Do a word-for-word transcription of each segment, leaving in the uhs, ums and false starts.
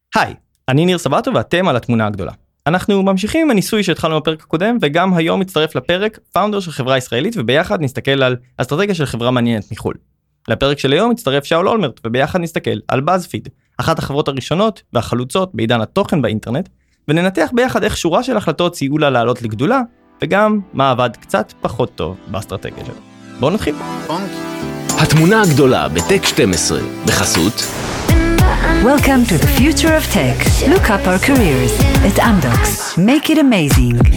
היי, אני ניר סבתו ואתם על התמונה הגדולה. אנחנו ממשיכים עם הניסוי שהתחלנו בפרק הקודם, וגם היום מצטרף לפרק פאונדר של חברה ישראלית, וביחד נסתכל על אסטרטגיה של חברה מעניינת מחול. לפרק של היום מצטרף שאול אולמרט, וביחד נסתכל על BuzzFeed, אחת החברות הראשונות והחלוצות בעידן התוכן באינטרנט, וננתח ביחד איך שורה של החלטות סייעו לה לעלות לגדולה, וגם מה עבד קצת פחות טוב באסטרטגיה שלה. בואו נתחיל. התמונה הגדולה בטק שתים עשרה, בחסות Welcome to the future of tech. Look up our careers at Amdocs. Make it amazing.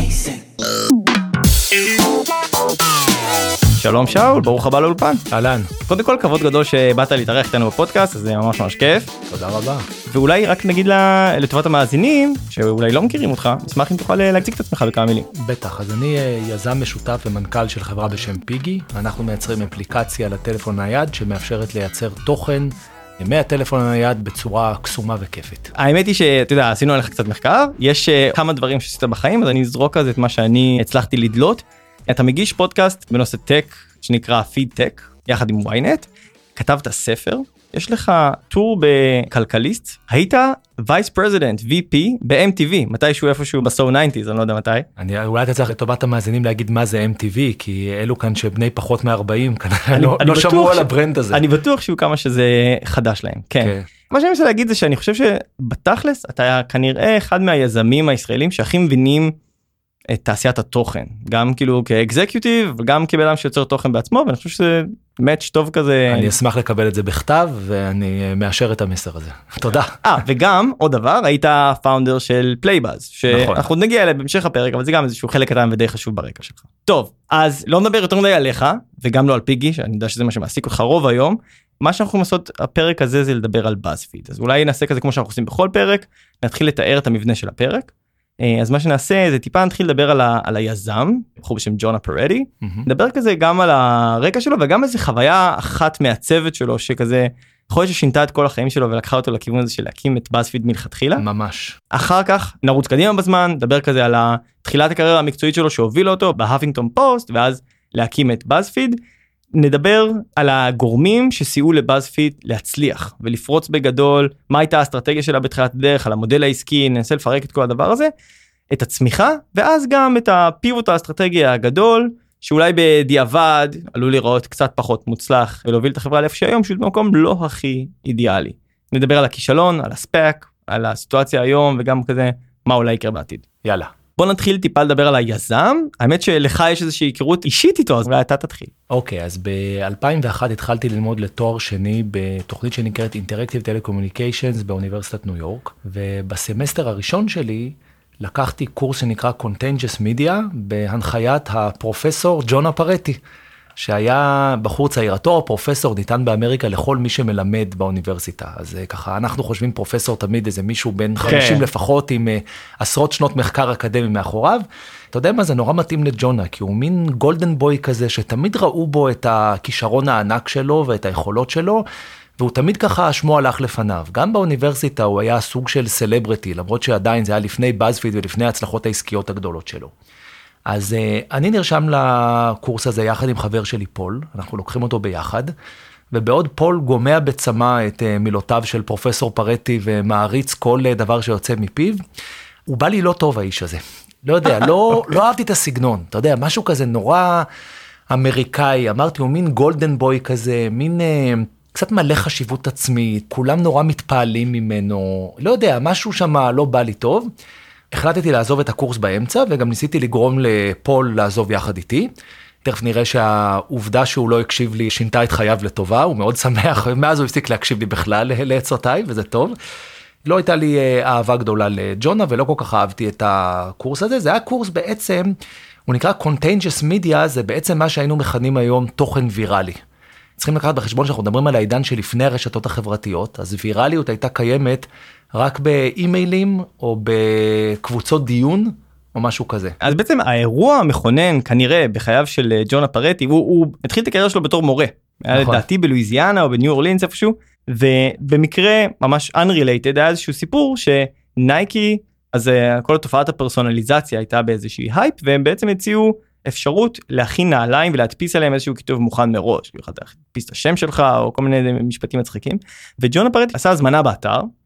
שלום שאול, ברוך הבא לאולפן. אהלן. קודם כל, כבוד גדול שבאת להתארח איתנו בפודקאסט, אז זה ממש ממש כיף. תודה רבה. ואולי רק נגיד לה, לטובת המאזינים, שאולי לא מכירים אותך, נשמח אם תוכל להציג את עצמך בכמה מילים. בטח, אז אני יזם משותף ומנכ"ל של חברה בשם פיגי. אנחנו מייצרים אפליקציה לטלפון הנייד שמאפשרת לייצר תוכן מהטלפון הנייד בצורה קסומה וכיפית. האמת היא שאתה יודע, עשינו עליך קצת מחקר, יש כמה דברים שעשית בחיים, אז אני אזרוק על זה את מה שאני הצלחתי לדלות. אתה מגיש פודקאסט בנושא טק שנקרא פיד טק, יחד עם וויינט, כתבת ספר, יש לך טור בכלכליסט, היית וייס פרזידנט, וי פי, ב-אם טי וי, מתישהו איפשהו בסו תשעים, אני לא יודע מתי. אני, אולי אתה צריך לטובת המאזינים להגיד מה זה אם טי וי, כי אלו כאן שבני פחות מ-ארבעים, כנראה לא, לא שמעו על הברנד הזה. אני בטוח שהוא כמה שזה חדש להם, כן. כן. מה שאני רוצה להגיד זה שאני חושב שבתכלס, אתה כנראה אחד מהיזמים הישראלים שהכי מבינים את תעשיית התוכן, גם כאילו כאקזקיוטיב, וגם כבאדם שיוצר תוכן בעצמו, ואני חושב שזה מאץ' טוב כזה. אני אשמח לקבל את זה בכתב, ואני מאשר את המסר הזה. תודה. אה, וגם, עוד דבר, היית פאונדר של פלייבאז, שאנחנו נגיע אליו בהמשך הפרק, אבל זה גם איזשהו חלק קטן ודי חשוב ברקע שלך. טוב, אז לא נדבר יותר מדי עליך, וגם לא על פיגי, שאני יודע שזה מה שמעסיק אותך רוב היום. מה שאנחנו יכולים לעשות, הפרק הזה זה לדבר על BuzzFeed. אז אולי נעשה כזה כמו שאנחנו עושים בכל פרק, נתחיל לתאר את המבנה של הפרק. אז מה שנעשה זה טיפה נתחיל לדבר על, ה, על היזם, בחור בשם ג'ונה פרדי, mm-hmm. נדבר כזה גם על הרקע שלו וגם איזה חוויה אחת מהצוות שלו שכזה, יכול להיות ששינתה את כל החיים שלו ולקחה אותו לכיוון הזה של להקים את BuzzFeed מלכתחילה. ממש. אחר כך נרוץ קדימה בזמן, נדבר כזה על תחילת הקריירה המקצועית שלו שהובילה אותו בהפינגטון פוסט, ואז להקים את BuzzFeed. נדבר על הגורמים שסייעו לבאזפיד להצליח ולפרוץ בגדול, מה הייתה האסטרטגיה שלה בתחילת הדרך, על המודל העסקי, ננסה לפרק את כל הדבר הזה, את הצמיחה, ואז גם את הפיבוט האסטרטגיה הגדול, שאולי בדיעבד עלול להיראות קצת פחות מוצלח, ולהוביל את החברה לאיפה שהיום, שהוא במקום לא הכי אידיאלי. נדבר על הכישלון, על הספק, על הסיטואציה היום, וגם כזה, מה אולי יקרה בעתיד. יאללה. בוא נתחיל טיפה לדבר על היזם, האמת שלך יש איזושהי היכרות אישית איתו, אז אולי אתה תתחיל. אוקיי, אז ב-אלפיים ואחת התחלתי ללמוד לתואר שני בתוכנית שנקראת Interactive Telecommunications באוניברסיטת ניו יורק, ובסמסטר הראשון שלי לקחתי קורס שנקרא Contagious Media, בהנחיית הפרופסור ג'ונה פרטי, שהיה בחור צעיר. התואר פרופסור ניתן באמריקה לכל מי שמלמד באוניברסיטה, אז ככה אנחנו חושבים פרופסור תמיד איזה מישהו בין חמישים לפחות עם עשרות שנות מחקר אקדמי מאחוריו. אתה יודע מה, זה נורא מתאים לג'ונה, כי הוא מין גולדן בוי כזה שתמיד ראו בו את הכישרון הענק שלו ואת היכולות שלו, והוא תמיד ככה שמו הלך לפניו. גם באוניברסיטה הוא היה סוג של סלבריטי, למרות שעדיין זה היה לפני BuzzFeed ולפני ההצלחות העסקיות הגדולות שלו. אז uh, אני נרשם לקורס הזה יחד עם חבר שלי פול, אנחנו לוקחים אותו ביחד, ובעוד פול גומע בצמא את uh, מילותיו של פרופסור פרטי ומעריץ כל uh, דבר שיוצא מפיו, הוא בא לי לא טוב האיש הזה. לא יודע, לא, לא אהבתי את הסגנון, אתה יודע, משהו כזה נורא אמריקאי, אמרתי, הוא מין גולדן בוי כזה, מין uh, קצת מלא חשיבות עצמית, כולם נורא מתפעלים ממנו, לא יודע, משהו שם לא בא לי טוב, החלטתי לעזוב את הקורס באמצע, וגם ניסיתי לגרום לפול לעזוב יחד איתי. תכף נראה שהעובדה שהוא לא הקשיב לי שינתה את חייו לטובה, הוא מאוד שמח, מאז הוא הפסיק להקשיב לי בכלל לעצותיי, וזה טוב. לא הייתה לי אהבה גדולה לג'ונה, ולא כל כך אהבתי את הקורס הזה. זה היה קורס בעצם, הוא נקרא Contagious Media, זה בעצם מה שהיינו מכנים היום תוכן ויראלי. צריכים לקחת בחשבון שאנחנו מדברים על העידן שלפני הרשתות החברתיות, אז ויראליות הייתה קיימת רק באימיילים או בקבוצות דיון או משהו כזה. אז בעצם האירוע המכונן כנראה בחייו של ג'ונה פרטי, הוא, הוא התחיל את הקריירה שלו בתור מורה. נכון. היה לדעתי בלואיזיאנה או בניו אורלינס איפשהו, ובמקרה ממש unrelated היה איזשהו סיפור שנייקי, אז כל תופעת הפרסונליזציה הייתה באיזושהי הייפ, והם בעצם הציעו אפשרות להכין נעליים ולהדפיס עליהם איזשהו כיתוב מוכן מראש, כאילו אתה תדפיס את השם שלך או כל מיני משפטים מצחיקים, וג'ונה פרטי עשה הזמנה באתר,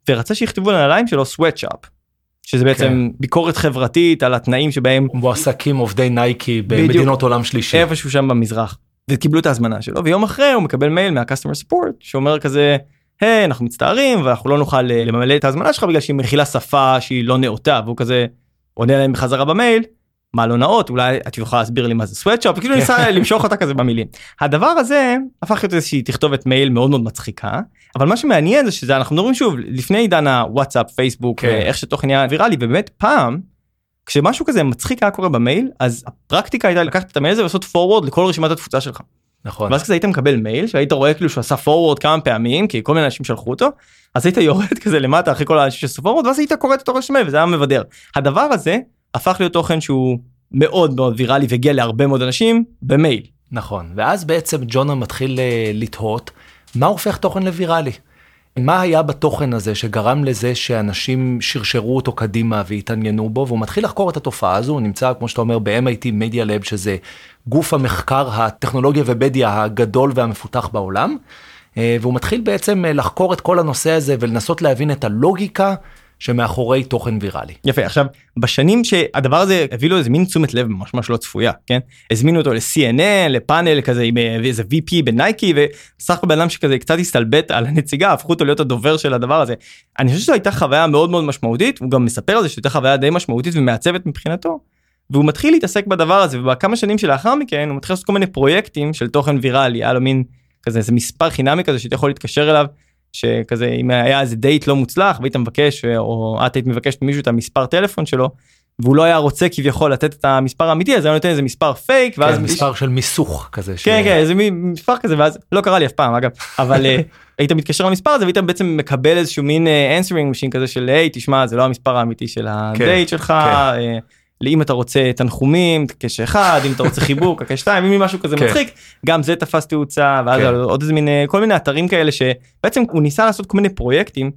ורצה שיכתבו לנעליים שלו sweatshop, שזה בעצם ביקורת חברתית על התנאים שבהם מועסקים עובדי נייקי במדינות עולם שלישי. איפשהו שם במזרח. וקיבלו את ההזמנה שלו, ויום אחרי הוא מקבל מייל מה-customer support, שאומר כזה, היי, אנחנו מצטערים, ואנחנו לא נוכל למלא את ההזמנה שלך, בגלל שהיא מכילה שפה שהיא לא נאותה, והוא כזה עונה להם בחזרה במייל, מה לא נאות, אולי את יכולה להסביר לי מה זה sweatshop, וכאילו ניסה למשוך אותה כזה במילים. הדבר הזה הפך להיות איזושהי תכתובת מייל מאוד מאוד מצחיקה, אבל מה שמעניין זה שזה, אנחנו מדברים שוב, לפני עידן הוואטסאפ, פייסבוק, איך שתוכן נהיה ויראלי, ובאמת פעם, כשמשהו כזה מצחיק היה קורה במייל, אז הפרקטיקה הייתה לקחת את המייל הזה ולעשות forward לכל רשימת התפוצה שלך. נכון. ואז כזה היית מקבל מייל, שהיית רואה כאילו שהוא עשה forward כמה פעמים, כי כל מיני אנשים שלחו אותו, אז היית יורד כזה למטה אחרי כל האנשים שעשו forward, ואז היית קורא את אותו רשימת מייל, וזה היה מבדר. הדבר הזה הפך להיות תוכן שהוא מאוד מאוד ויראלי, והגיע להרבה מאוד אנשים במייל. נכון, ואז בעצם ג'ונה מתחיל לתהות, מה הופך תוכן לוויראלי? מה היה בתוכן הזה שגרם לזה שאנשים שרשרו אותו קדימה והתעניינו בו, והוא מתחיל לחקור את התופעה הזו, הוא נמצא, כמו שאתה אומר, ב-אם איי טי Media Lab, שזה גוף המחקר, הטכנולוגיה ומדיה הגדול והמפותח בעולם, והוא מתחיל בעצם לחקור את כל הנושא הזה, ולנסות להבין את הלוגיקה שמאחורי תוכן ויראלי. יפה, עכשיו, בשנים שהדבר הזה הביא לו איזה מין תשומת לב ממש ממש לא צפויה, כן? הזמינו אותו ל-סי אן אן, לפאנל כזה עם איזה וי פי בנייקי, וסך הכל באדם שכזה קצת הסתלבט על הנציגה, הפכו אותו להיות הדובר של הדבר הזה. אני חושב שזו הייתה חוויה מאוד מאוד משמעותית, הוא גם מספר על זה שזו הייתה חוויה די משמעותית ומעצבת מבחינתו, והוא מתחיל להתעסק בדבר הזה, ובכמה שנים שלאחר מכן, הוא מתחיל לעשות כל מיני פרויקטים של תוכן ויראלי, היה לו מין כזה, איזה מספר חינמי כזה שאתה יכול להתקשר אליו, שכזה, אם היה איזה דייט לא מוצלח, והיית מבקש, או את היית מבקשת מישהו את המספר טלפון שלו, והוא לא היה רוצה כביכול לתת את המספר האמיתי, אז היה נותן איזה מספר פייק, ואז... כן, מספר של מיסוך כזה. כן, כן, איזה מספר כזה, ואז לא קרה לי אף פעם, אגב, אבל היית מתקשר למספר הזה, והיית בעצם מקבל איזשהו מין answering machine כזה של, היי, תשמע, זה לא המספר האמיתי של הדייט שלך, אם אתה רוצה תנחומים, תקש אחד, אם אתה רוצה חיבוק, תקש שתיים, אם משהו כזה מצחיק, גם זה תפס תאוצה, ואז עוד איזה מיני, כל מיני אתרים כאלה, שבעצם הוא ניסה לעשות כל מיני פרויקטים,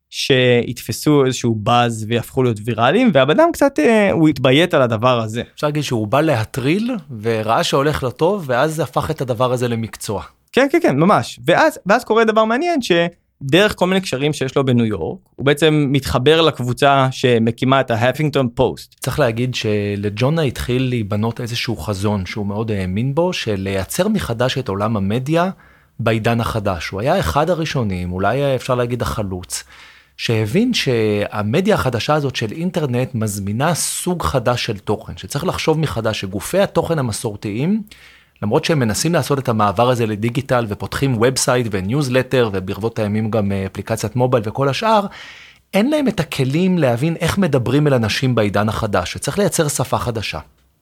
שיתפסו איזשהו באז ויהפכו להיות ויראליים, והבדם קצת, הוא התביית על הדבר הזה. אפשר להגיד שהוא בא להטריל, וראה שהולך לו טוב, ואז הפך את הדבר הזה למקצוע. כן, כן, כן, ממש. ואז, ואז קורה דבר מעניין, ש... דרך כל מיני קשרים שיש לו בניו יורק, הוא בעצם מתחבר לקבוצה שמקימה את ההפינגטון פוסט. צריך להגיד שלג'ונה התחיל להיבנות איזשהו חזון שהוא מאוד האמין בו, של לייצר מחדש את עולם המדיה בעידן החדש. הוא היה אחד הראשונים, אולי אפשר להגיד החלוץ, שהבין שהמדיה החדשה הזאת של אינטרנט מזמינה סוג חדש של תוכן, שצריך לחשוב מחדש שגופי התוכן המסורתיים, למרות שהם מנסים לעשות את המעבר הזה לדיגיטל, ופותחים ובסייט וניוזלטר, וברבות הימים גם אפליקציית מובייל וכל השאר, אין להם את הכלים להבין איך מדברים אל אנשים בעידן החדש, שצריך לייצר שפה חדשה.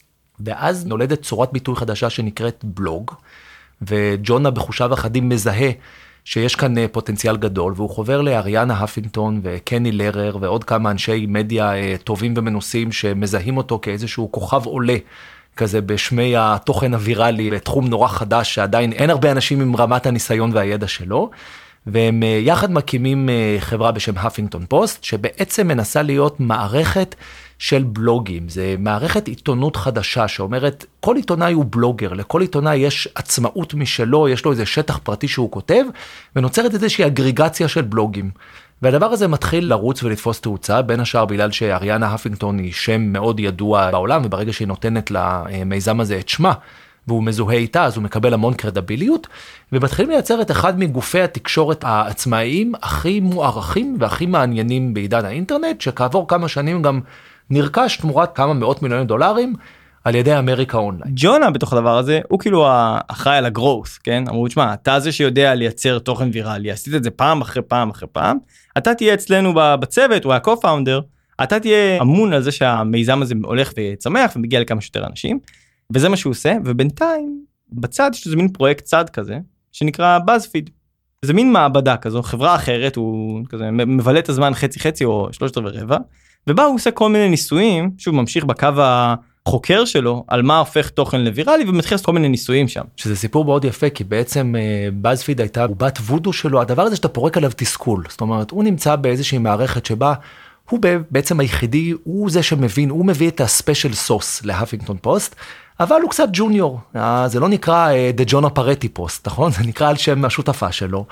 ואז נולדת צורת ביטוי חדשה שנקראת בלוג, וג'ונה בחושיו אחדים מזהה שיש כאן פוטנציאל גדול, והוא חובר לאריאנה הפינגטון וקני לרר, ועוד כמה אנשי מדיה טובים ומנוסים, שמזהים אותו כאיזשהו כוכב עולה, כזה בשמי התוכן הוויראלי, בתחום נורא חדש, שעדיין אין הרבה אנשים עם רמת הניסיון והידע שלו, והם יחד מקימים חברה בשם הפינגטון פוסט, שבעצם מנסה להיות מערכת של בלוגים. זה מערכת עיתונות חדשה, שאומרת, כל עיתונאי הוא בלוגר, לכל עיתונאי יש עצמאות משלו, יש לו איזה שטח פרטי שהוא כותב, ונוצרת איזושהי אגריגציה של בלוגים. והדבר הזה מתחיל לרוץ ולתפוס תאוצה, בין השאר בגלל שאריאנה הפינגטון היא שם מאוד ידוע בעולם, וברגע שהיא נותנת למיזם הזה את שמה, והוא מזוהה איתה, אז הוא מקבל המון קרדיביליות, ומתחילים לייצר את אחד מגופי התקשורת העצמאיים הכי מוערכים והכי מעניינים בעידן האינטרנט, שכעבור כמה שנים גם נרכש תמורת כמה מאות מיליוני דולרים, על ידי אמריקה אונליין. ג'ונה בתוך הדבר הזה, הוא כאילו האחראי על הגרוס, כן? אמרו, תשמע, אתה זה שיודע לייצר תוכן ויראלי, עשית את זה פעם אחרי פעם אחרי פעם, אתה תהיה אצלנו בצוות, הוא ה-co-founder, אתה תהיה אמון על זה שהמיזם הזה הולך וצמח ומגיע לכמה שיותר אנשים, וזה מה שהוא עושה, ובינתיים, בצד יש איזה מין פרויקט צד כזה, שנקרא BuzzFeed. זה מין מעבדה כזו, חברה אחרת, הוא כזה מבלה את הזמן חצי חצי או שלושת רבעי רבע, ובה הוא עושה כל מיני ניסויים, שהוא ממשיך בקו החוקר שלו, על מה הופך תוכן לוויראלי, ומתחיל לעשות כל מיני ניסויים שם. שזה סיפור מאוד יפה, כי בעצם BuzzFeed הייתה בת וודו שלו, הדבר הזה שאתה פורק עליו תסכול, זאת אומרת, הוא נמצא באיזושהי מערכת שבה, הוא בעצם היחידי, הוא זה שמבין, הוא מביא את הספיישל סוס להפינגטון פוסט, אבל הוא קצת ג'וניור, זה לא נקרא The John Aparetti Post, נכון? זה נקרא על שם השותפה שלו,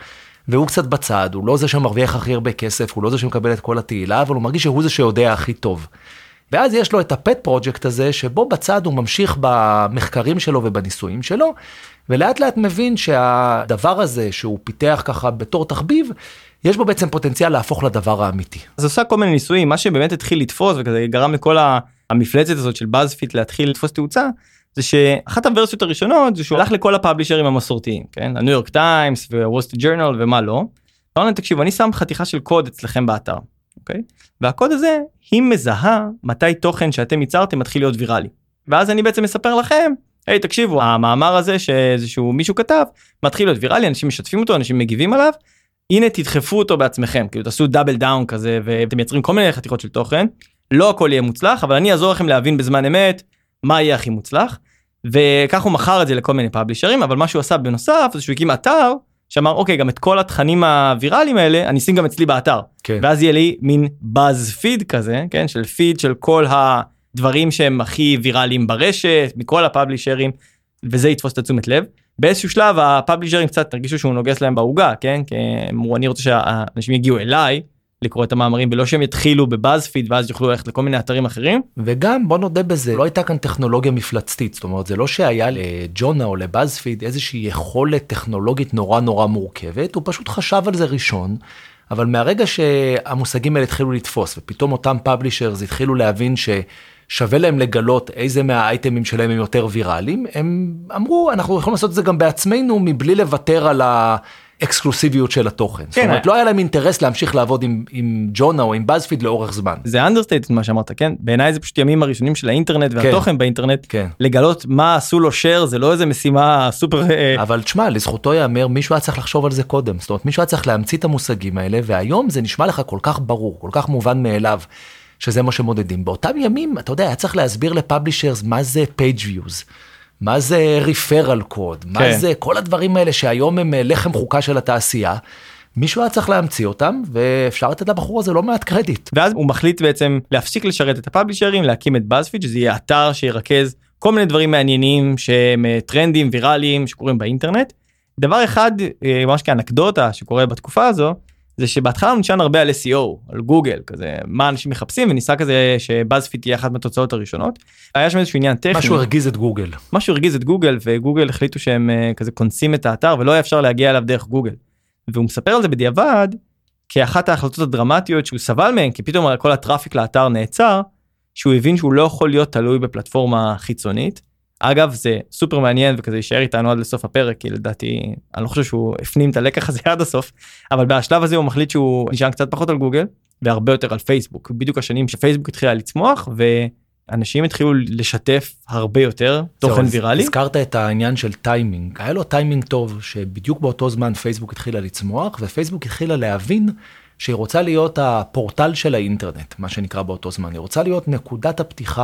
והוא קצת בצד, הוא לא זה שמרוויח הכי הרבה כסף, הוא לא זה שמקבל את כל התהילה, אבל הוא מרגיש שהוא זה שיודע הכי טוב. ואז יש לו את הפט פרוג'קט הזה, שבו בצד הוא ממשיך במחקרים שלו ובניסויים שלו, ולאט לאט מבין שהדבר הזה שהוא פיתח ככה בתור תחביב, יש בו בעצם פוטנציאל להפוך לדבר האמיתי. אז עושה כל מיני ניסויים, מה שבאמת התחיל לתפוס, וכזה גרם לכל המפלצת הזאת של BuzzFeed להתחיל לתפוס תאוצה, זה שאחת הוורסיות הראשונות, זה שהוא הלך לכל הפאבלישרים המסורתיים, כן? הניו יורק טיימס ווול סטריט ג'ורנל ומה לא. אמרנו, תקשיבו, אני שם חתיכה של קוד אצלכם באתר, אוקיי? והקוד הזה, היא מזהה מתי תוכן שאתם ייצרתם מתחיל להיות ויראלי. ואז אני בעצם מספר לכם, היי, תקשיבו, המאמר הזה שאיזשהו מישהו כתב, מתחיל להיות ויראלי, אנשים משתפים אותו, אנשים מגיבים עליו, הנה תדחפו אותו בעצמכם, כאילו תעשו דאבל דאון כזה, ואתם מייצרים כל מיני חתיכות של תוכן, לא הכל יהיה מוצלח, אבל אני אעזור לכם להבין בזמן אמת, מה יהיה הכי מוצלח, וכך הוא מכר את זה לכל מיני פאבלישרים, אבל מה שהוא עשה בנוסף, זה שהוא הקים אתר, שאמר, אוקיי, גם את כל התכנים הוויראליים האלה, אני אשים גם אצלי באתר, כן. ואז יהיה לי מין באז פיד כזה, כן, של פיד של כל הדברים שהם הכי ויראליים ברשת, מכל הפאבלישרים, וזה יתפוס את תשומת לב. באיזשהו שלב הפאבלישרים קצת תרגישו שהוא נוגס להם בעוגה, כן? כי אני רוצה שהאנשים יגיעו אליי לקרוא את המאמרים, ולא שהם יתחילו בבאזפיד, ואז יוכלו ללכת לכל מיני אתרים אחרים. וגם, בוא נודה בזה, לא הייתה כאן טכנולוגיה מפלצתית, זאת אומרת, זה לא שהיה לג'ונה או לבאזפיד איזושהי יכולת טכנולוגית נורא נורא מורכבת, הוא פשוט חשב על זה ראשון, אבל מהרגע שהמושגים האלה התחילו לתפוס, ופתאום אותם פאבלישרס התחילו להבין ש... שווה להם לגלות איזה מהאייטמים שלהם הם יותר ויראליים, הם אמרו, אנחנו יכולים לעשות את זה גם בעצמנו, מבלי לוותר על האקסקלוסיביות של התוכן. כן. זאת אומרת, לא היה להם אינטרס להמשיך לעבוד עם, עם ג'ונה או עם BuzzFeed לאורך זמן. זה אנדרסטייט מה שאמרת, כן? בעיניי זה פשוט ימים הראשונים של האינטרנט והתוכן כן. באינטרנט. כן. לגלות מה עשו לו share, זה לא איזה משימה סופר... אבל תשמע, לזכותו יאמר, מישהו היה צריך לחשוב על זה קודם. זאת אומרת, מישהו היה צריך להמציא את המושגים האלה, והיום זה נשמע לך כל כך ברור, כל כך מובן מאליו. שזה מה שמודדים. באותם ימים, אתה יודע, היה צריך להסביר לפאבלישרס מה זה page views, מה זה referral code, מה כן. זה כל הדברים האלה שהיום הם לחם חוקה של התעשייה, מישהו היה צריך להמציא אותם, ואפשר לתת לבחור הזה לא מעט קרדיט. ואז הוא מחליט בעצם להפסיק לשרת את הפאבלישרים, להקים את BuzzFeed, שזה יהיה אתר שירכז כל מיני דברים מעניינים, שהם טרנדים ויראליים שקורים באינטרנט. דבר אחד, ממש כאנקדוטה שקורה בתקופה הזו, זה שבהתחלה נשען הרבה על אס אי או, על גוגל, כזה, מה אנשים מחפשים, וניסה כזה שבאזפיד תהיה אחת מהתוצאות הראשונות. היה שם איזשהו עניין טכני. משהו הרגיז את גוגל. משהו הרגיז את גוגל, וגוגל החליטו שהם כזה קונסים את האתר, ולא היה אפשר להגיע אליו דרך גוגל. והוא מספר על זה בדיעבד, כאחת ההחלטות הדרמטיות שהוא סבל מהן, כי פתאום כל הטראפיק לאתר נעצר, שהוא הבין שהוא לא יכול להיות תלוי בפלטפורמה חיצונית. אגב, זה סופר מעניין וכזה יישאר איתנו עד לסוף הפרק, כי לדעתי, אני לא חושב שהוא הפנים את הלקח הזה עד הסוף, אבל בשלב הזה הוא מחליט שהוא נשען קצת פחות על גוגל, והרבה יותר על פייסבוק. בדיוק השנים שפייסבוק התחילה לצמוח, ואנשים התחילו לשתף הרבה יותר תוכן ויראלי. הזכרת את העניין של טיימינג. היה לו טיימינג טוב, שבדיוק באותו זמן פייסבוק התחילה לצמוח, ופייסבוק התחילה להבין שהיא רוצה להיות הפורטל של האינטרנט, מה שנקרא באותו זמן. היא רוצה להיות נקודת הפתיחה,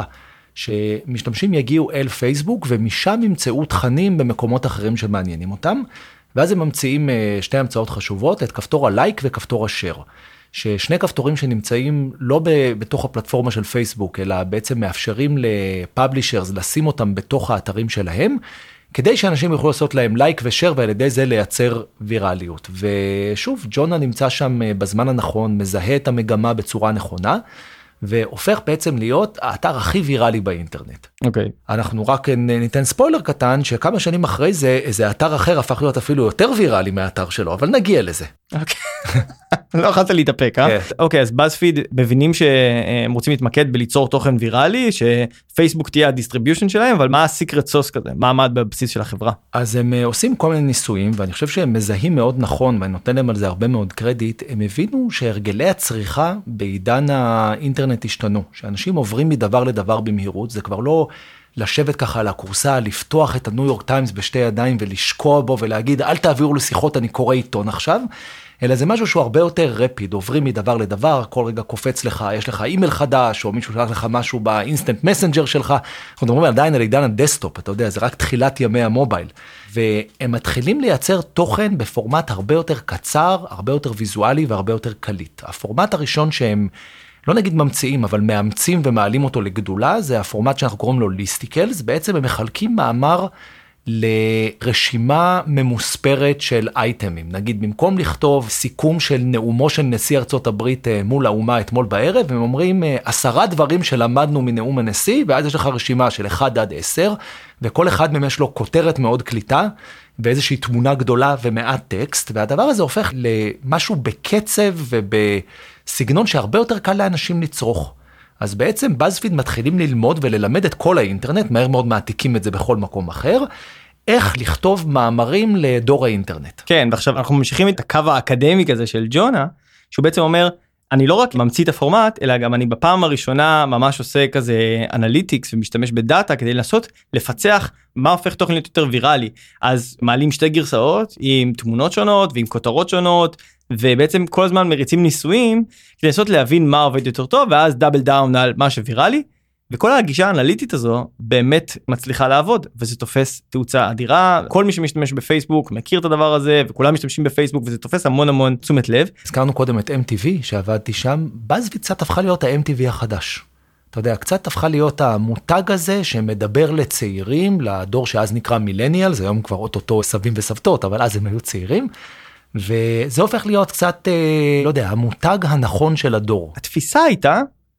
שמשתמשים יגיעו אל פייסבוק, ומשם ימצאו תכנים במקומות אחרים שמעניינים אותם, ואז הם ממציאים שתי המצאות חשובות, את כפתור הלייק וכפתור השאר, ששני כפתורים שנמצאים לא בתוך הפלטפורמה של פייסבוק, אלא בעצם מאפשרים לפאבלישרס לשים אותם בתוך האתרים שלהם, כדי שאנשים יוכלו לעשות להם לייק ושאר, ועל ידי זה לייצר ויראליות. ושוב, ג'ונה נמצא שם בזמן הנכון, מזהה את המגמה בצורה נכונה, והופך בעצם להיות האתר הכי ויראלי באינטרנט. אוקיי. אנחנו רק ניתן ספוילר קטן, שכמה שנים אחרי זה, איזה אתר אחר הפך להיות אפילו יותר ויראלי מהאתר שלו, אבל נגיע לזה. אוקיי. לא יכולת להתאפק, אה? אוקיי, אז BuzzFeed מבינים שהם רוצים להתמקד בליצור תוכן ויראלי, שפייסבוק תהיה הדיסטריביושן שלהם, אבל מה הסיקרט סוס כזה? מה עמד בבסיס של החברה? אז הם עושים כל מיני ניסויים, ואני חושב שהם מזהים מאוד נכון, ואני נותן להם על זה הרבה מאוד קרדיט, הם הבינו שהרגלי הצריכה בעידן האינטרנט השתנו, שאנשים עוברים מדבר לדבר במהירות, זה כבר לא לשבת ככה על הקורסה, לפתוח את הניו יורק טיימס בשתי ידיים ולשקוע בו ולהגיד, אל תעבירו לשיחות, אני קורא עיתון עכשיו, אלא זה משהו שהוא הרבה יותר רפיד, עוברים מדבר לדבר, כל רגע קופץ לך, יש לך אימייל חדש, או מישהו שלח לך משהו באינסטנט מסנג'ר שלך, אנחנו מדברים עדיין על עידן הדסטופ, אתה יודע, זה רק תחילת ימי המובייל, והם מתחילים לייצר תוכן בפורמט הרבה יותר קצר, הרבה יותר ויזואלי והרבה יותר קליט. הפורמט הראשון שהם לא נגיד ממציאים, אבל מאמצים ומעלים אותו לגדולה, זה הפורמט שאנחנו קוראים לו ליסטיקלס, בעצם הם מחלקים מאמר לרשימה ממוספרת של אייטמים. נגיד, במקום לכתוב סיכום של נאומו של נשיא ארצות הברית מול האומה אתמול בערב, הם אומרים עשרה דברים שלמדנו מנאום הנשיא, ואז יש לך רשימה של אחד עד עשר, וכל אחד מהם יש לו כותרת מאוד קליטה, ואיזושהי תמונה גדולה ומעט טקסט, והדבר הזה הופך למשהו בקצב ובסגנון שהרבה יותר קל לאנשים לצרוך. אז בעצם BuzzFeed מתחילים ללמוד וללמד את כל האינטרנט, מהר מאוד מעתיקים את זה בכל מקום אחר, איך לכתוב מאמרים לדור האינטרנט. כן, ועכשיו אנחנו ממשיכים את הקו האקדמי כזה של ג'ונה, שהוא בעצם אומר, אני לא רק ממציא את הפורמט, אלא גם אני בפעם הראשונה ממש עושה כזה אנליטיקס ומשתמש בדאטה כדי לנסות לפצח מה הופך תוכן להיות יותר ויראלי. אז מעלים שתי גרסאות עם תמונות שונות ועם כותרות שונות, ובעצם כל הזמן מריצים ניסויים כדי לנסות להבין מה עובד יותר טוב, ואז דאבל דאון על מה שוויראלי, וכל הגישה האנליטית הזו באמת מצליחה לעבוד, וזה תופס תאוצה אדירה. כל מי שמשתמש בפייסבוק מכיר את הדבר הזה, וכולם משתמשים בפייסבוק, וזה תופס המון המון תשומת לב. הזכרנו קודם את אם טי וי שעבדתי שם, BuzzFeed קצת הפכה להיות ה-אם טי וי החדש. אתה יודע, קצת הפכה להיות המותג הזה שמדבר לצעירים, לדור שאז נקרא מילניאל, זה היום כבר אוטוטו סבים וסבתות, אבל אז הם היו צעירים, וזה הופך להיות קצת, לא יודע, המותג הנכון של הדור. התפיסה הייתה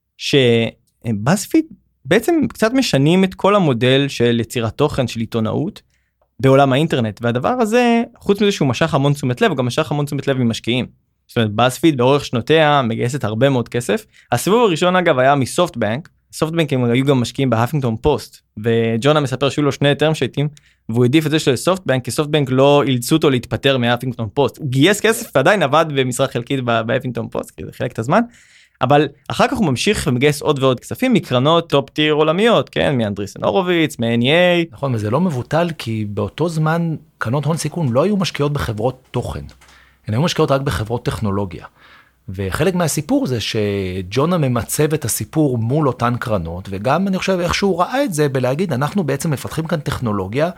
שבאזפיד בעצם קצת משנים את כל המודל של יצירת תוכן של עיתונאות בעולם האינטרנט, והדבר הזה, חוץ מזה שהוא משך המון תשומת לב, הוא גם משך המון תשומת לב ממשקיעים. זאת אומרת, באזפיד באורך שנותיה מגייסת הרבה מאוד כסף. הסיבוב הראשון אגב היה מסופטבנק, סופטבנק הם היו גם משקיעים בהפינגטון פוסט, וג'ונה מספר שהיו לו שני טרם שייטים, והוא העדיף את זה של סופטבנק, כי סופטבנק לא אילצו אותו להתפטר מהפינגטון פוסט. הוא גייס כסף ועדיין עבד במשרה חלקית בהפינגטון פוסט, כי זה חלק את הזמן, אבל אחר כך הוא ממשיך ומגייס עוד ועוד כספים מקרנות טופ טיר עולמיות, כן, מאנדריסן הורוביץ, מ-אן אי איי. נכון, וזה לא מבוטל, כי באותו זמן קרנות הון סיכון לא היו משקיעות בחברות תוכן, הן היו משקיעות רק בחברות טכנולוגיה. וחלק מהסיפור זה שג'ונה ממצב את הסיפור מול אותן קרנות, וגם אני חושב איך שהוא ראה את זה בלהגיד, אנחנו בעצם מפתחים כאן טכנולוגיה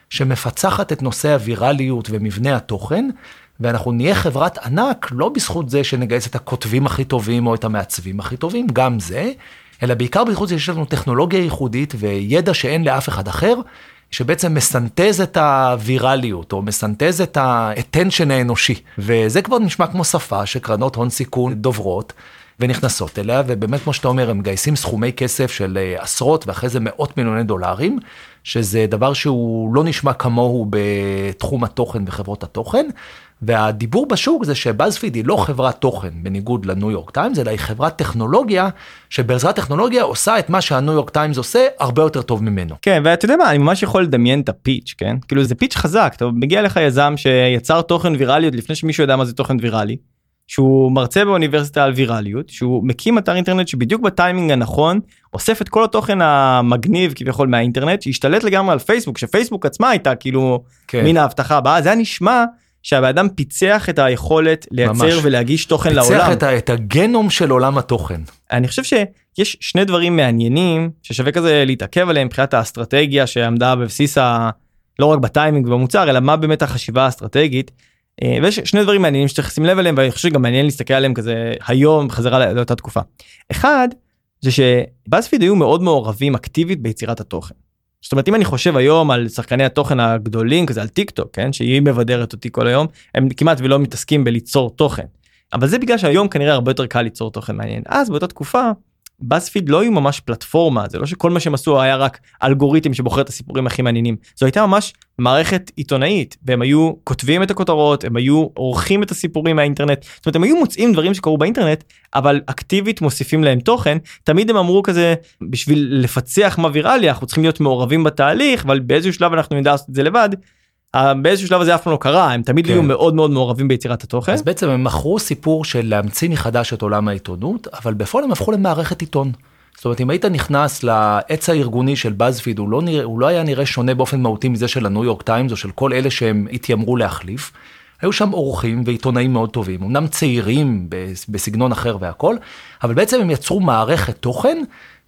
שמפצחת את נושא הווירליות ומבנה התוכן, ואנחנו נהיה חברת ענק, לא בזכות זה שנגייס את הכותבים הכי טובים או את המעצבים הכי טובים, גם זה, אלא בעיקר בזכות זה שיש לנו טכנולוגיה ייחודית וידע שאין לאף אחד אחר, שבעצם מסנטז את הווירליות, או מסנטז את ה-attention האנושי. וזה כבר נשמע כמו שפה שקרנות הון סיכון דוברות, ונכנסות אליה, ובאמת כמו שאתה אומר, הם מגייסים סכומי כסף של עשרות, ואחרי זה מאות מיליוני דולרים, שזה דבר שהוא לא נשמע כמוהו בתחום התוכן וחברות התוכן, והדיבור בשוק זה שבאזפיד היא לא חברת תוכן, בניגוד לניו יורק טיימס, אלא היא חברת טכנולוגיה, שבעזרת טכנולוגיה עושה את מה שהניו יורק טיימס עושה, הרבה יותר טוב ממנו. כן, ואתה יודע מה, אני ממש יכול לדמיין את הפיץ', כן? כאילו זה פיץ' חזק, אתה מגיע לך יזם שיצר תוכן ויראליות, לפני שמישהו יודע מה זה תוכן ויראלי, שהוא מרצה באוניברסיטה על ויראליות, שהוא מקים אתר אינטרנט שבדיוק בטיימינג הנכון, אוסף את כל התוכן המגניב כביכול מהאינטרנט, שהשתלט לגמרי על פייסבוק, שפייסבוק עצמה הייתה כאילו כן. מן ההבטחה הבאה, זה היה נשמע שהאדם פיצח את היכולת לייצר ממש. ולהגיש תוכן פיצח לעולם. פיצח את, את הגנום של עולם התוכן. אני חושב שיש שני דברים מעניינים, ששווה כזה להתעכב עליהם, מבחינת האסטרטגיה שעמדה בבסיס ה... לא רק בטיימינג ובמוצר, אלא מה באמת החשיבה האסטרטגית, ויש שני דברים מעניינים שצריך לשים לב עליהם, ואני חושב שגם מעניין להסתכל עליהם כזה היום חזרה לאותה תקופה. אחד, זה שבאזפיד היו מאוד מעורבים אקטיבית ביצירת התוכן. זאת אומרת, אם אני חושב היום על שחקני התוכן הגדולים, כזה על טיק טוק, כן, שהיא מבדרת אותי כל היום, הם כמעט ולא מתעסקים בליצור תוכן. אבל זה בגלל שהיום כנראה הרבה יותר קל ליצור תוכן מעניין. אז באותה תקופה, באזפיד לא היו ממש פלטפורמה, זה לא שכל מה שהם עשו היה רק אלגוריתם שבוחר את הסיפורים הכי מעניינים. זו הייתה ממש מערכת עיתונאית, והם היו כותבים את הכותרות, הם היו עורכים את הסיפורים מהאינטרנט, זאת אומרת, הם היו מוצאים דברים שקרו באינטרנט, אבל אקטיבית מוסיפים להם תוכן. תמיד הם אמרו כזה, בשביל לפצח מה ויראלי, אנחנו צריכים להיות מעורבים בתהליך, אבל באיזשהו שלב אנחנו נדע לעשות את זה לבד. באיזשהו שלב הזה אף פעם לא קרה, הם תמיד כן. היו מאוד מאוד מעורבים ביצירת התוכן. אז בעצם הם מכרו סיפור של להמציא מחדש את עולם העיתונות, אבל בפועל הם הפכו למערכת עיתון. זאת אומרת, אם היית נכנס לעץ הארגוני של באזפיד, הוא לא, נראה, הוא לא היה נראה שונה באופן מהותי מזה של הניו יורק טיימס, או של כל אלה שהם התיימרו להחליף. היו שם עורכים ועיתונאים מאוד טובים, אמנם צעירים בסגנון אחר והכל, אבל בעצם הם יצרו מערכת תוכן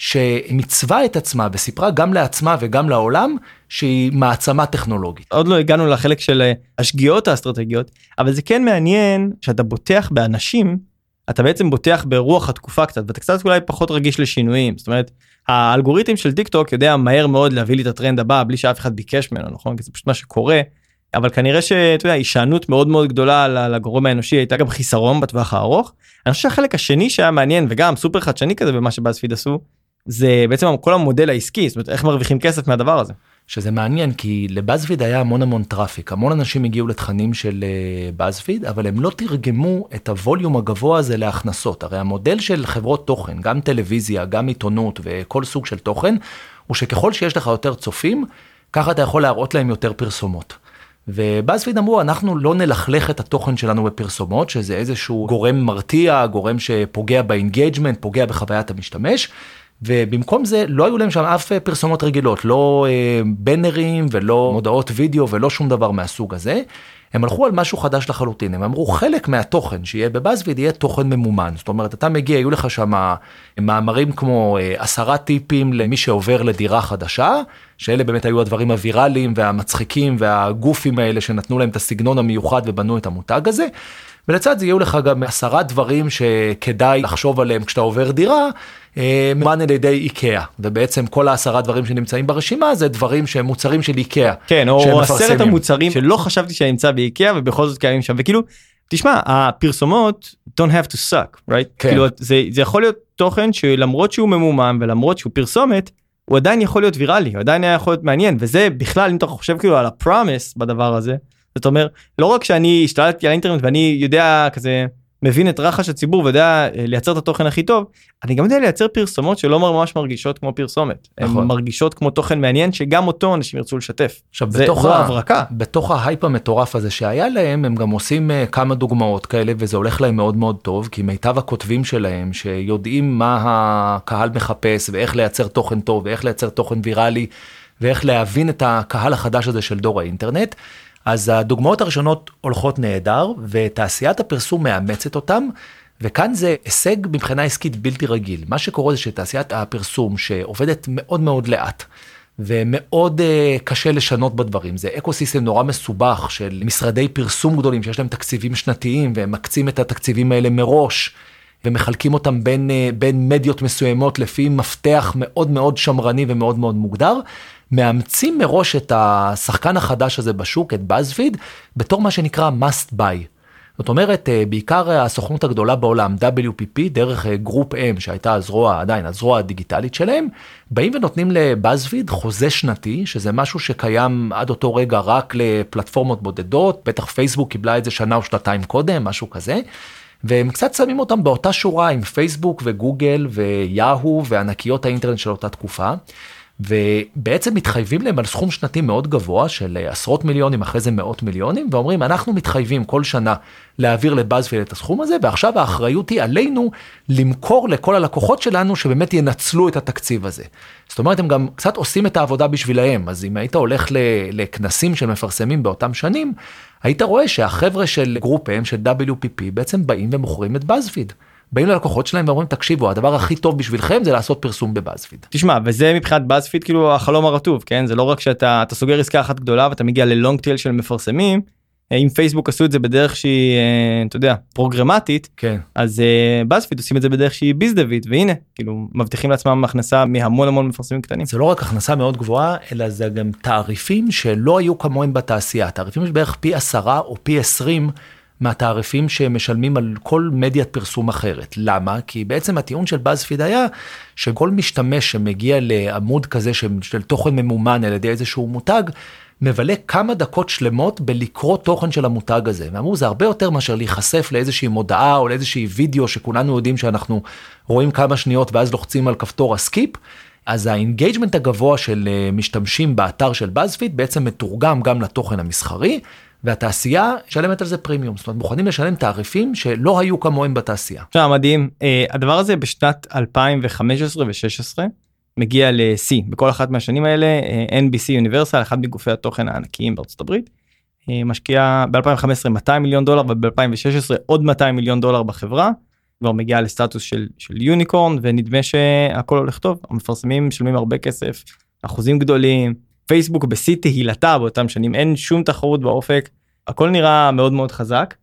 שמצווה את עצמה וסיפרה גם לעצמה וגם לעולם שהיא מעצמה טכנולוגית. עוד לא הגענו לחלק של השגיאות האסטרטגיות, אבל זה כן מעניין שאתה בוטח באנשים, אתה בעצם בוטח ברוח התקופה קצת, ואתה קצת אולי פחות רגיש לשינויים. זאת אומרת, האלגוריתם של טיק טוק יודע מהר מאוד להביא לי את הטרנד הבא, בלי שאף אחד ביקש ממנו, נכון? כי זה פשוט מה שקורה, אבל כנראה שאתה יודע, הישענות מאוד מאוד גדולה לגורם האנושי, הייתה גם חיסרון בטווח הארוך. אני חושב שהחלק השני שהיה מעניין, וגם סופר חדשני כזה במה שבאזפיד עשו, זה בעצם כל המודל העסקי, זאת אומרת, איך מרוויחים כסף מהדבר הזה. שזה מעניין, כי לבאזפיד היה המון המון טראפיק, המון אנשים הגיעו לתכנים של באזפיד, אבל הם לא תרגמו את הווליום הגבוה הזה להכנסות. הרי המודל של חברות תוכן, גם טלוויזיה, גם עיתונות וכל סוג של תוכן, הוא שככל שיש לך יותר צופים, ככה אתה יכול להראות להם יותר פרסומות. ובאזפיד אמרו, אנחנו לא נלכלך את התוכן שלנו בפרסומות, שזה איזשהו גורם מרתיע, גורם שפוגע באינגייג'מנט, פוגע בחוויית המשתמש, ובמקום זה לא היו להם שם אף פרסומות רגילות, לא אה, בנרים ולא מודעות וידאו ולא שום דבר מהסוג הזה. הם הלכו על משהו חדש לחלוטין, הם אמרו חלק מהתוכן שיהיה בבאזפיד יהיה תוכן ממומן, זאת אומרת אתה מגיע, היו לך שם מאמרים כמו אה, עשרה טיפים למי שעובר לדירה חדשה, שאלה באמת היו הדברים הווירליים והמצחיקים והגופים האלה שנתנו להם את הסגנון המיוחד ובנו את המותג הזה, ולצד זה יהיו לך גם עשרה דברים שכדאי לחשוב עליהם כשאתה עובר דירה, מומן על ידי איקאה, ובעצם כל העשרה דברים שנמצאים ברשימה, זה דברים שהם מוצרים של איקאה. כן, או עשרת המוצרים שלא חשבתי שאני נמצא באיקאה, ובכל זאת קיימים שם, וכאילו, תשמע, הפרסומות don't have to suck, right? כן. כאילו, זה, זה יכול להיות תוכן שלמרות שהוא ממומן, ולמרות שהוא פרסומת, הוא עדיין יכול להיות ויראלי, הוא עדיין יכול להיות מעניין, וזה בכלל, אם אתה חושב כאילו על הפרומיס בדבר הזה, זאת אומרת, לא רק שאני השתלטתי על האינטרנט ואני יודע כזה, מבין את רחש הציבור ויודע לייצר את התוכן הכי טוב, אני גם יודע לייצר פרסומות שלא ממש מרגישות כמו פרסומת. הן נכון. מרגישות כמו תוכן מעניין שגם אותו אנשים ירצו לשתף. עכשיו, זה, בתוך זו ה- ההברקה. בתוך ההייפ המטורף הזה שהיה להם, הם גם עושים uh, כמה דוגמאות כאלה, וזה הולך להם מאוד מאוד טוב, כי מיטב הכותבים שלהם, שיודעים מה הקהל מחפש, ואיך לייצר תוכן טוב, ואיך לייצר תוכן ויראלי, ואיך להבין את הקהל החדש הזה של דור האינטרנט, אז הדוגמאות הראשונות הולכות נהדר, ותעשיית הפרסום מאמצת אותם, וכאן זה הישג מבחינה עסקית בלתי רגיל. מה שקורה זה שתעשיית הפרסום שעובדת מאוד מאוד לאט, ומאוד uh, קשה לשנות בדברים. זה אקוסיסטם נורא מסובך של משרדי פרסום גדולים, שיש להם תקציבים שנתיים, והם מקצים את התקציבים האלה מראש, ומחלקים אותם בין, uh, בין מדיות מסוימות, לפי מפתח מאוד מאוד שמרני ומאוד מאוד מוגדר, מאמצים מראש את השחקן החדש הזה בשוק, את באזפיד, בתור מה שנקרא must buy. זאת אומרת, בעיקר הסוכנות הגדולה בעולם, דאבליו פי פי, דרך גרופ M, שהייתה הזרוע, עדיין, הזרוע הדיגיטלית שלהם, באים ונותנים לבאזפיד חוזה שנתי, שזה משהו שקיים עד אותו רגע רק לפלטפורמות בודדות, בטח פייסבוק קיבלה את זה שנה או שנתיים קודם, משהו כזה, והם קצת שמים אותם באותה שורה עם פייסבוק וגוגל ויהו וענקיות האינטרנט של אותה תקופה, ובעצם מתחייבים להם על סכום שנתי מאוד גבוה של עשרות מיליונים, אחרי זה מאות מיליונים, ואומרים אנחנו מתחייבים כל שנה להעביר לבאזפיד את הסכום הזה, ועכשיו האחריות היא עלינו למכור לכל הלקוחות שלנו שבאמת ינצלו את התקציב הזה. זאת אומרת, הם גם קצת עושים את העבודה בשבילהם, אז אם היית הולך לכנסים של מפרסמים באותם שנים, היית רואה שהחבר'ה של גרופ M, של דאבליו פי פי, בעצם באים ומוכרים את באזפיד. באים ללקוחות שלהם ואומרים, תקשיבו, הדבר הכי טוב בשבילכם זה לעשות פרסום בבאזפיד. תשמע, וזה מבחינת באזפיד כאילו החלום הרטוב, כן? זה לא רק שאתה אתה סוגר עסקה אחת גדולה ואתה מגיע ללונג טייל של מפרסמים, אם פייסבוק עשו את זה בדרך שהיא, אתה יודע, פרוגרמטית, כן. אז באזפיד עושים את זה בדרך שהיא ביזדבית, והנה, כאילו, מבטיחים לעצמם הכנסה מהמון המון מפרסמים קטנים. זה לא רק הכנסה מאוד גבוהה, אלא זה גם תעריפים שלא היו כמוהם בתעשייה. תעריפים יש בערך פי עשרה או פי עשרים מהתעריפים שמשלמים על כל מדיית פרסום אחרת. למה? כי בעצם הטיעון של באזפיד היה שכל משתמש שמגיע לעמוד כזה של תוכן ממומן על ידי איזשהו מותג, מבלה כמה דקות שלמות בלקרוא תוכן של המותג הזה. ואמרו, זה הרבה יותר מאשר להיחשף לאיזושהי מודעה או לאיזושהי וידאו שכולנו יודעים שאנחנו רואים כמה שניות ואז לוחצים על כפתור הסקיפ. אז האינגייג'מנט הגבוה של משתמשים באתר של באזפיד בעצם מתורגם גם לתוכן המסחרי, והתעשייה שלמת על זה פרימיום. זאת אומרת, מוכנים לשלם תעריפים שלא היו כמוהם בתעשייה. עכשיו, מדהים. הדבר הזה בשנת אלפיים וחמש עשרה ו-שש עשרה מגיע ל-C. בכל אחת מהשנים האלה, אן בי סי Universal, אחד מגופי התוכן הענקיים בארצות הברית, משקיע ב-אלפיים וחמש עשרה מאתיים מיליון דולר, וב-אלפיים ושש עשרה עוד מאתיים מיליון דולר בחברה, כבר מגיע לסטטוס של, של יוניקורן, ונדמה שהכל הולך טוב. המפרסמים משלמים הרבה כסף, אחוזים גדולים, פייסבוק בשיא תהילתה באותם שנים, אין שום תחרות באופק, הכל נראה מאוד מאוד חזק,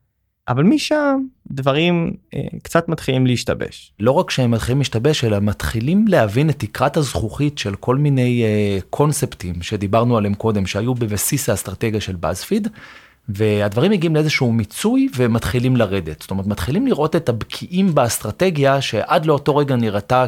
אבל משם דברים אה, קצת מתחילים להשתבש. לא רק שהם מתחילים להשתבש, אלא מתחילים להבין את תקרת הזכוכית של כל מיני אה, קונספטים שדיברנו עליהם קודם, שהיו בבסיס האסטרטגיה של BuzzFeed, והדברים מגיעים לאיזשהו מיצוי ומתחילים לרדת. זאת אומרת, מתחילים לראות את הבקיעים באסטרטגיה שעד לאותו רגע נראתה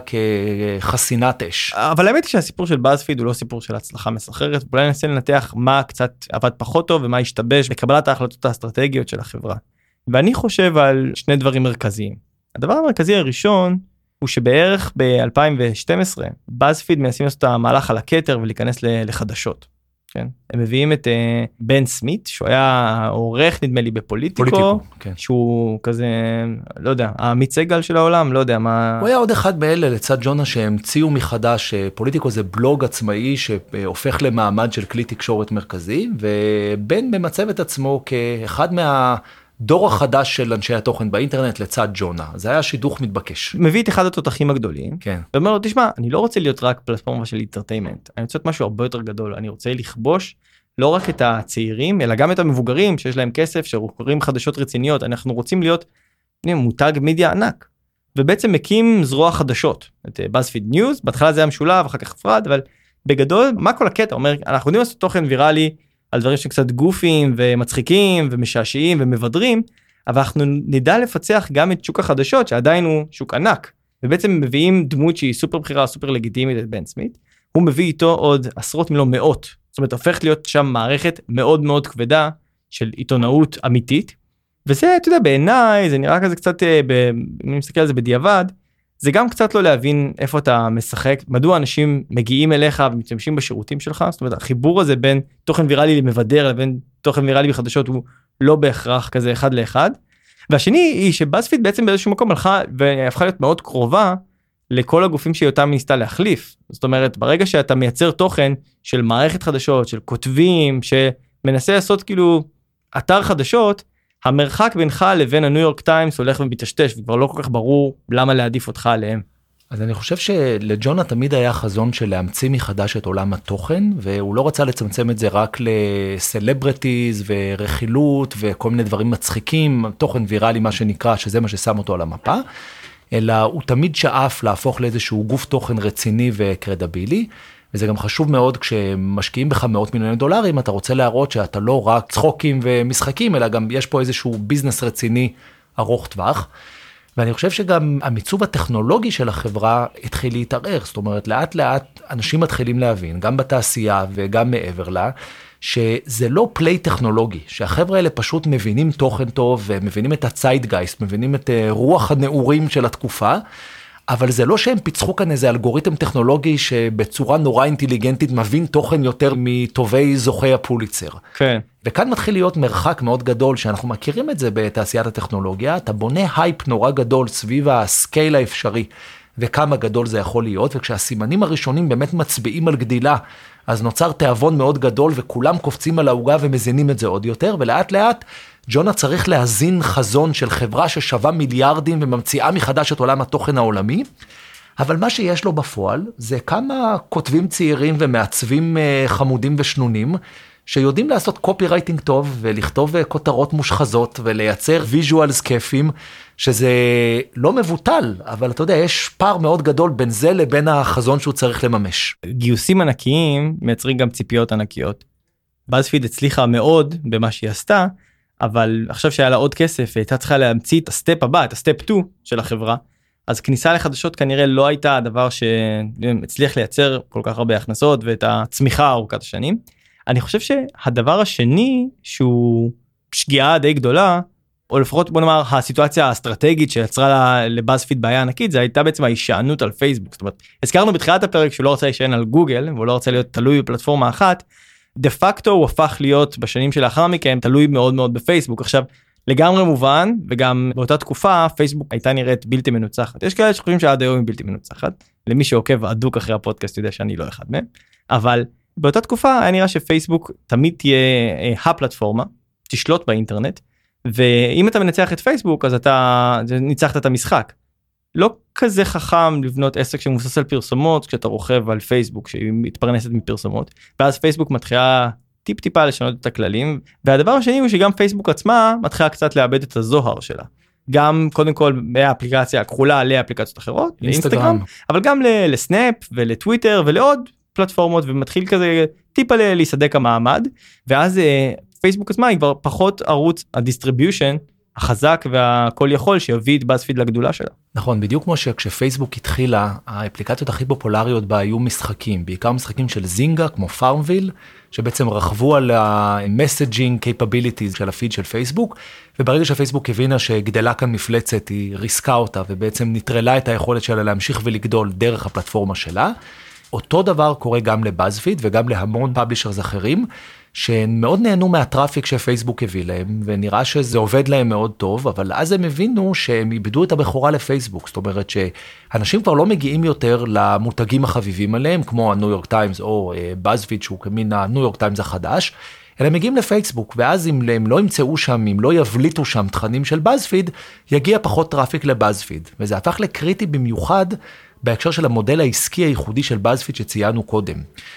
כחסינת אש. אבל האמת היא שהסיפור של BuzzFeed הוא לא סיפור של הצלחה מסחררת, אולי ננסה לנתח מה קצת עבד פחות טוב ומה השתבש בקבלת ההחלטות האסטרטגיות של החברה. ואני חושב על שני דברים מרכזיים. הדבר המרכזי הראשון הוא שבערך ב-אלפיים ושתים עשרה BuzzFeed מנסים לעשות את המהלך על הכתר ולהיכנס לחדשות. כן. הם מביאים את uh, בן סמית, שהוא היה עורך נדמה לי בפוליטיקו, פוליטיקו, כן. שהוא כזה, לא יודע, העמית סגל של העולם, לא יודע מה... הוא היה עוד אחד מאלה לצד ג'ונה שהמציאו מחדש, פוליטיקו זה בלוג עצמאי שהופך למעמד של כלי תקשורת מרכזי, ובן ממצב את עצמו כאחד מה... דור החדש של אנשי התוכן באינטרנט לצד ג'ונה. זה היה שידוך מתבקש. מביא את אחד התותחים הגדולים, כן. ואומר לו, תשמע, אני לא רוצה להיות רק פלטפורמה של אינטרטיימנט, אני רוצה להיות משהו הרבה יותר גדול, אני רוצה לכבוש לא רק את הצעירים, אלא גם את המבוגרים שיש להם כסף, שרוקרים חדשות רציניות, אנחנו רוצים להיות מותג מידיה ענק, ובעצם מקים זרוע חדשות, את BuzzFeed News, בהתחלה זה היה משולב, אחר כך פרד, אבל בגדול, מה כל הקטע? אומר, אנחנו יודעים לעשות תוכן ויראלי, על דברים שקצת גופים ומצחיקים ומשעשיים ומבדרים, אבל אנחנו נדע לפצח גם את שוק החדשות, שעדיין הוא שוק ענק, ובעצם מביאים דמות שהיא סופר בחירה, סופר לגיטימית, את בן סמית, הוא מביא איתו עוד עשרות מלא מאות, זאת אומרת, הופכת להיות שם מערכת מאוד מאוד כבדה, של עיתונאות אמיתית, וזה, אתה יודע, בעיניי, זה נראה כזה קצת, ב, אם אני מסתכל על זה בדיעבד, זה גם קצת לא להבין איפה אתה משחק, מדוע אנשים מגיעים אליך ומשתמשים בשירותים שלך, זאת אומרת, החיבור הזה בין תוכן ויראלי למבדר לבין תוכן ויראלי בחדשות הוא לא בהכרח כזה אחד לאחד. והשני היא שבאזפיד בעצם באיזשהו מקום הלכה והפכה להיות מאוד קרובה לכל הגופים שאותם ניסתה להחליף. זאת אומרת, ברגע שאתה מייצר תוכן של מערכת חדשות, של כותבים, שמנסה לעשות כאילו אתר חדשות, המרחק בינך לבין הניו יורק טיימס הולך ומתשתש, וכבר לא כל כך ברור למה להעדיף אותך עליהם. אז אני חושב שלג'ונה תמיד היה חזון של להמציא מחדש את עולם התוכן, והוא לא רצה לצמצם את זה רק לסלבריטיז ורכילות וכל מיני דברים מצחיקים, תוכן ויראלי מה שנקרא, שזה מה ששם אותו על המפה, אלא הוא תמיד שאף להפוך לאיזשהו גוף תוכן רציני וקרדבילי, וזה גם חשוב מאוד כשמשקיעים בך מאות מיליוני דולרים, אתה רוצה להראות שאתה לא רק צחוקים ומשחקים, אלא גם יש פה איזשהו ביזנס רציני ארוך טווח. ואני חושב שגם המיצוב הטכנולוגי של החברה התחיל להתערער, זאת אומרת, לאט לאט אנשים מתחילים להבין, גם בתעשייה וגם מעבר לה, שזה לא פליי טכנולוגי, שהחבר'ה האלה פשוט מבינים תוכן טוב, ומבינים את הציידגייסט, מבינים את רוח הנעורים של התקופה, אבל זה לא שהם פיצחו כאן איזה אלגוריתם טכנולוגי שבצורה נורא אינטליגנטית מבין תוכן יותר מטובי זוכי הפוליצר. כן. וכאן מתחיל להיות מרחק מאוד גדול, שאנחנו מכירים את זה בתעשיית הטכנולוגיה, אתה בונה הייפ נורא גדול סביב הסקייל האפשרי, וכמה גדול זה יכול להיות, וכשהסימנים הראשונים באמת מצביעים על גדילה, אז נוצר תיאבון מאוד גדול, וכולם קופצים על העוגה ומזינים את זה עוד יותר, ולאט לאט ג'ונה צריך להזין חזון של חברה ששווה מיליארדים וממציאה מחדש את עולם התוכן העולמי, אבל מה שיש לו בפועל זה כמה כותבים צעירים ומעצבים חמודים ושנונים, שיודעים לעשות קופי רייטינג טוב ולכתוב כותרות מושחזות ולייצר ויז'ואלס כיפים, שזה לא מבוטל, אבל אתה יודע, יש פער מאוד גדול בין זה לבין החזון שהוא צריך לממש. גיוסים ענקיים מייצרים גם ציפיות ענקיות. BuzzFeed הצליחה מאוד במה שהיא עשתה, אבל עכשיו שהיה לה עוד כסף, הייתה צריכה להמציא את הסטפ הבא, את הסטפ שתיים של החברה, אז כניסה לחדשות כנראה לא הייתה הדבר שהצליח לייצר כל כך הרבה הכנסות ואת הצמיחה ארוכת השנים. אני חושב שהדבר השני שהוא שגיאה די גדולה, או לפחות בוא נאמר הסיטואציה האסטרטגית שיצרה לבאזפיד בעיה ענקית, זה הייתה בעצם ההישענות על פייסבוק. זאת אומרת, הזכרנו בתחילת הפרק שהוא לא רוצה להישען על גוגל, והוא לא רוצה להיות תלוי בפלטפורמה אחת, דה פקטו הוא הפך להיות בשנים שלאחר מכן תלוי מאוד מאוד בפייסבוק. עכשיו, לגמרי מובן, וגם באותה תקופה פייסבוק הייתה נראית בלתי מנוצחת. יש כאלה שחושבים שעד היום היא בלתי מנוצחת, למי שעוקב עדוק אחרי הפודקאסט יודע שאני לא אחד מהם, אבל באותה תקופה היה נראה שפייסבוק תמיד תהיה הפלטפורמה, תשלוט באינטרנט, ואם אתה מנצח את פייסבוק אז אתה ניצחת את המשחק. לא כזה חכם לבנות עסק שמבוסס על פרסומות כשאתה רוכב על פייסבוק שהיא מתפרנסת מפרסומות, ואז פייסבוק מתחילה טיפ טיפה לשנות את הכללים, והדבר השני הוא שגם פייסבוק עצמה מתחילה קצת לאבד את הזוהר שלה. גם קודם כל מהאפליקציה הכחולה לאפליקציות אחרות, לאינסטגרם, אבל גם לסנאפ ולטוויטר ולעוד פלטפורמות, ומתחיל כזה טיפה להיסדק המעמד, ואז פייסבוק עצמה היא כבר פחות ערוץ הדיסטריביושן החזק והכל יכול שיביא את BuzzFeed לגדולה שלה. נכון, בדיוק כמו שכשפייסבוק התחילה, האפליקציות הכי פופולריות בה היו משחקים, בעיקר משחקים של זינגה, כמו פארמוויל, שבעצם רכבו על ה-messaging capabilities של הפיד של פייסבוק, וברגע שפייסבוק הבינה שגדלה כאן מפלצת, היא ריסקה אותה, ובעצם נטרלה את היכולת שלה להמשיך ולגדול דרך הפלטפורמה שלה. אותו דבר קורה גם לבאזפיד וגם להמון פאבלישרס אחרים, שהם מאוד נהנו מהטראפיק שפייסבוק הביא להם, ונראה שזה עובד להם מאוד טוב, אבל אז הם הבינו שהם איבדו את הבכורה לפייסבוק, זאת אומרת שאנשים כבר לא מגיעים יותר למותגים החביבים עליהם, כמו הניו יורק טיימס או באזפיד, שהוא כמין הניו יורק טיימס החדש, אלא מגיעים לפייסבוק, ואז אם הם לא ימצאו שם, אם לא יבליטו שם תכנים של באזפיד, יגיע פחות טראפיק לבאזפיד, וזה הפך לקריטי במיוחד בהקשר של המודל העסקי הייחודי של באזפיד שציינו קודם.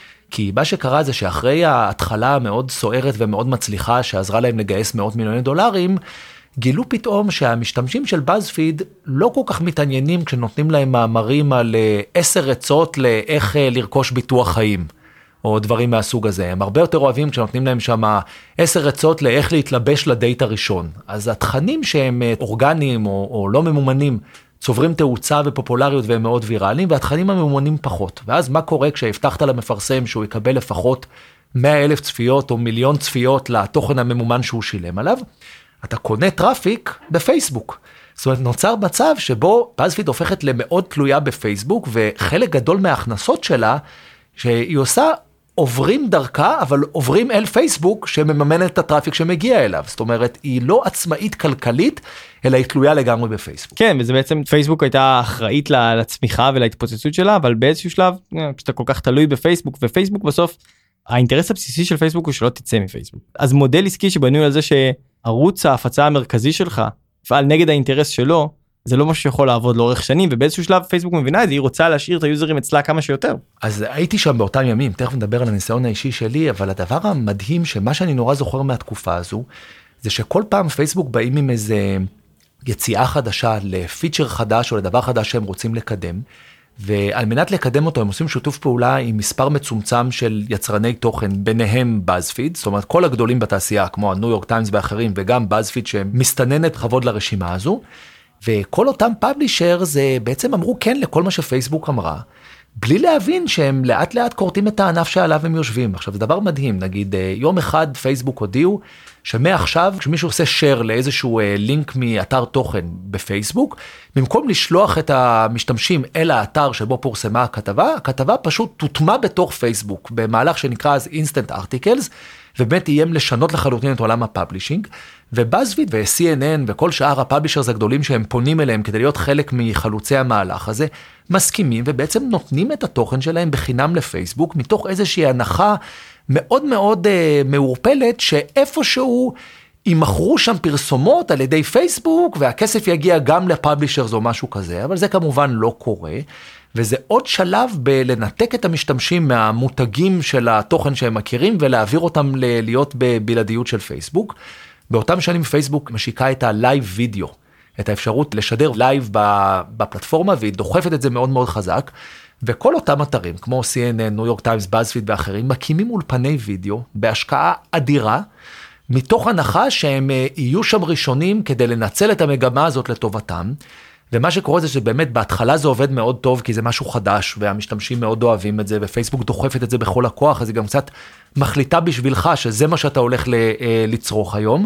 כי מה שקרה זה שאחרי ההתחלה המאוד סוערת ומאוד מצליחה, שעזרה להם לגייס מאות מיליוני דולרים, גילו פתאום שהמשתמשים של BuzzFeed לא כל כך מתעניינים כשנותנים להם מאמרים על עשר עצות לאיך לרכוש ביטוח חיים, או דברים מהסוג הזה. הם הרבה יותר אוהבים כשנותנים להם שם עשר עצות לאיך להתלבש לדייט הראשון. אז התכנים שהם אורגניים או, או לא ממומנים, צוברים תאוצה ופופולריות והם מאוד ויראליים, והתכנים הממומנים פחות. ואז מה קורה כשהבטחת למפרסם שהוא יקבל לפחות מאה אלף צפיות או מיליון צפיות לתוכן הממומן שהוא שילם עליו? אתה קונה טראפיק בפייסבוק. זאת אומרת, נוצר מצב שבו BuzzFeed הופכת למאוד תלויה בפייסבוק, וחלק גדול מההכנסות שלה, שהיא עושה עוברים דרכה, אבל עוברים אל פייסבוק שמממן את הטראפיק שמגיע אליו. זאת אומרת, היא לא עצמאית כלכלית, אלא היא תלויה לגמרי בפייסבוק. כן, וזה בעצם, פייסבוק הייתה אחראית לצמיחה ולהתפוצצות שלה, אבל באיזשהו שלב, כשאתה כל כך תלוי בפייסבוק, ופייסבוק בסוף, האינטרס הבסיסי של פייסבוק הוא שלא תצא מפייסבוק. אז מודל עסקי שבנוי על זה שערוץ ההפצה המרכזי שלך, פעל נגד האינטרס שלו, זה לא משהו שיכול לעבוד לאורך שנים, ובאיזשהו שלב פייסבוק מבינה את זה, היא רוצה להשאיר את היוזרים אצלה כמה שיותר. אז הייתי שם באותם ימים, תכף נדבר על הניסיון האישי שלי, אבל הדבר המדהים שמה שאני נורא זוכר מהתקופה הזו, זה שכל פעם פייסבוק באים עם איזה יציאה חדשה, לפיצ'ר חדש או לדבר חדש שהם רוצים לקדם, ועל מנת לקדם אותו הם עושים שיתוף פעולה עם מספר מצומצם של יצרני תוכן, ביניהם BuzzFeed, זאת אומרת כל הגדולים בתעשייה, כמו הניו יורק טיימס ואחרים, וגם BuzzFeed שמסתננת חבוד לרשימה הזו, וכל אותם פאבלישר זה בעצם אמרו כן לכל מה שפייסבוק אמרה, בלי להבין שהם לאט לאט קורטים את הענף שעליו הם יושבים. עכשיו זה דבר מדהים, נגיד יום אחד פייסבוק הודיעו שמעכשיו כשמישהו עושה share לאיזשהו לינק מאתר תוכן בפייסבוק, במקום לשלוח את המשתמשים אל האתר שבו פורסמה הכתבה, הכתבה פשוט תוטמע בתוך פייסבוק, במהלך שנקרא אז Instant Articles, ובאמת איים לשנות לחלוטין את עולם הפאבלישינג, ובאזפיד ו-סי אן אן וכל שאר הפאבלישרס הגדולים שהם פונים אליהם כדי להיות חלק מחלוצי המהלך הזה, מסכימים ובעצם נותנים את התוכן שלהם בחינם לפייסבוק, מתוך איזושהי הנחה מאוד מאוד uh, מעורפלת, שאיפשהו ימכרו שם פרסומות על ידי פייסבוק, והכסף יגיע גם לפאבלישרס או משהו כזה, אבל זה כמובן לא קורה, וזה עוד שלב בלנתק את המשתמשים מהמותגים של התוכן שהם מכירים, ולהעביר אותם להיות בבלעדיות של פייסבוק. באותם שנים פייסבוק משיקה את הלייב וידאו, את האפשרות לשדר לייב בפלטפורמה, והיא דוחפת את זה מאוד מאוד חזק, וכל אותם אתרים, כמו סי אן אן, ניו יורק טיימס, BuzzFeed ואחרים, מקימים אולפני וידאו בהשקעה אדירה, מתוך הנחה שהם יהיו שם ראשונים כדי לנצל את המגמה הזאת לטובתם, ומה שקורה זה שבאמת בהתחלה זה עובד מאוד טוב, כי זה משהו חדש, והמשתמשים מאוד אוהבים את זה, ופייסבוק דוחפת את זה בכל הכוח, אז היא גם קצת מחליטה בשבילך שזה מה שאתה הולך לצרוך היום,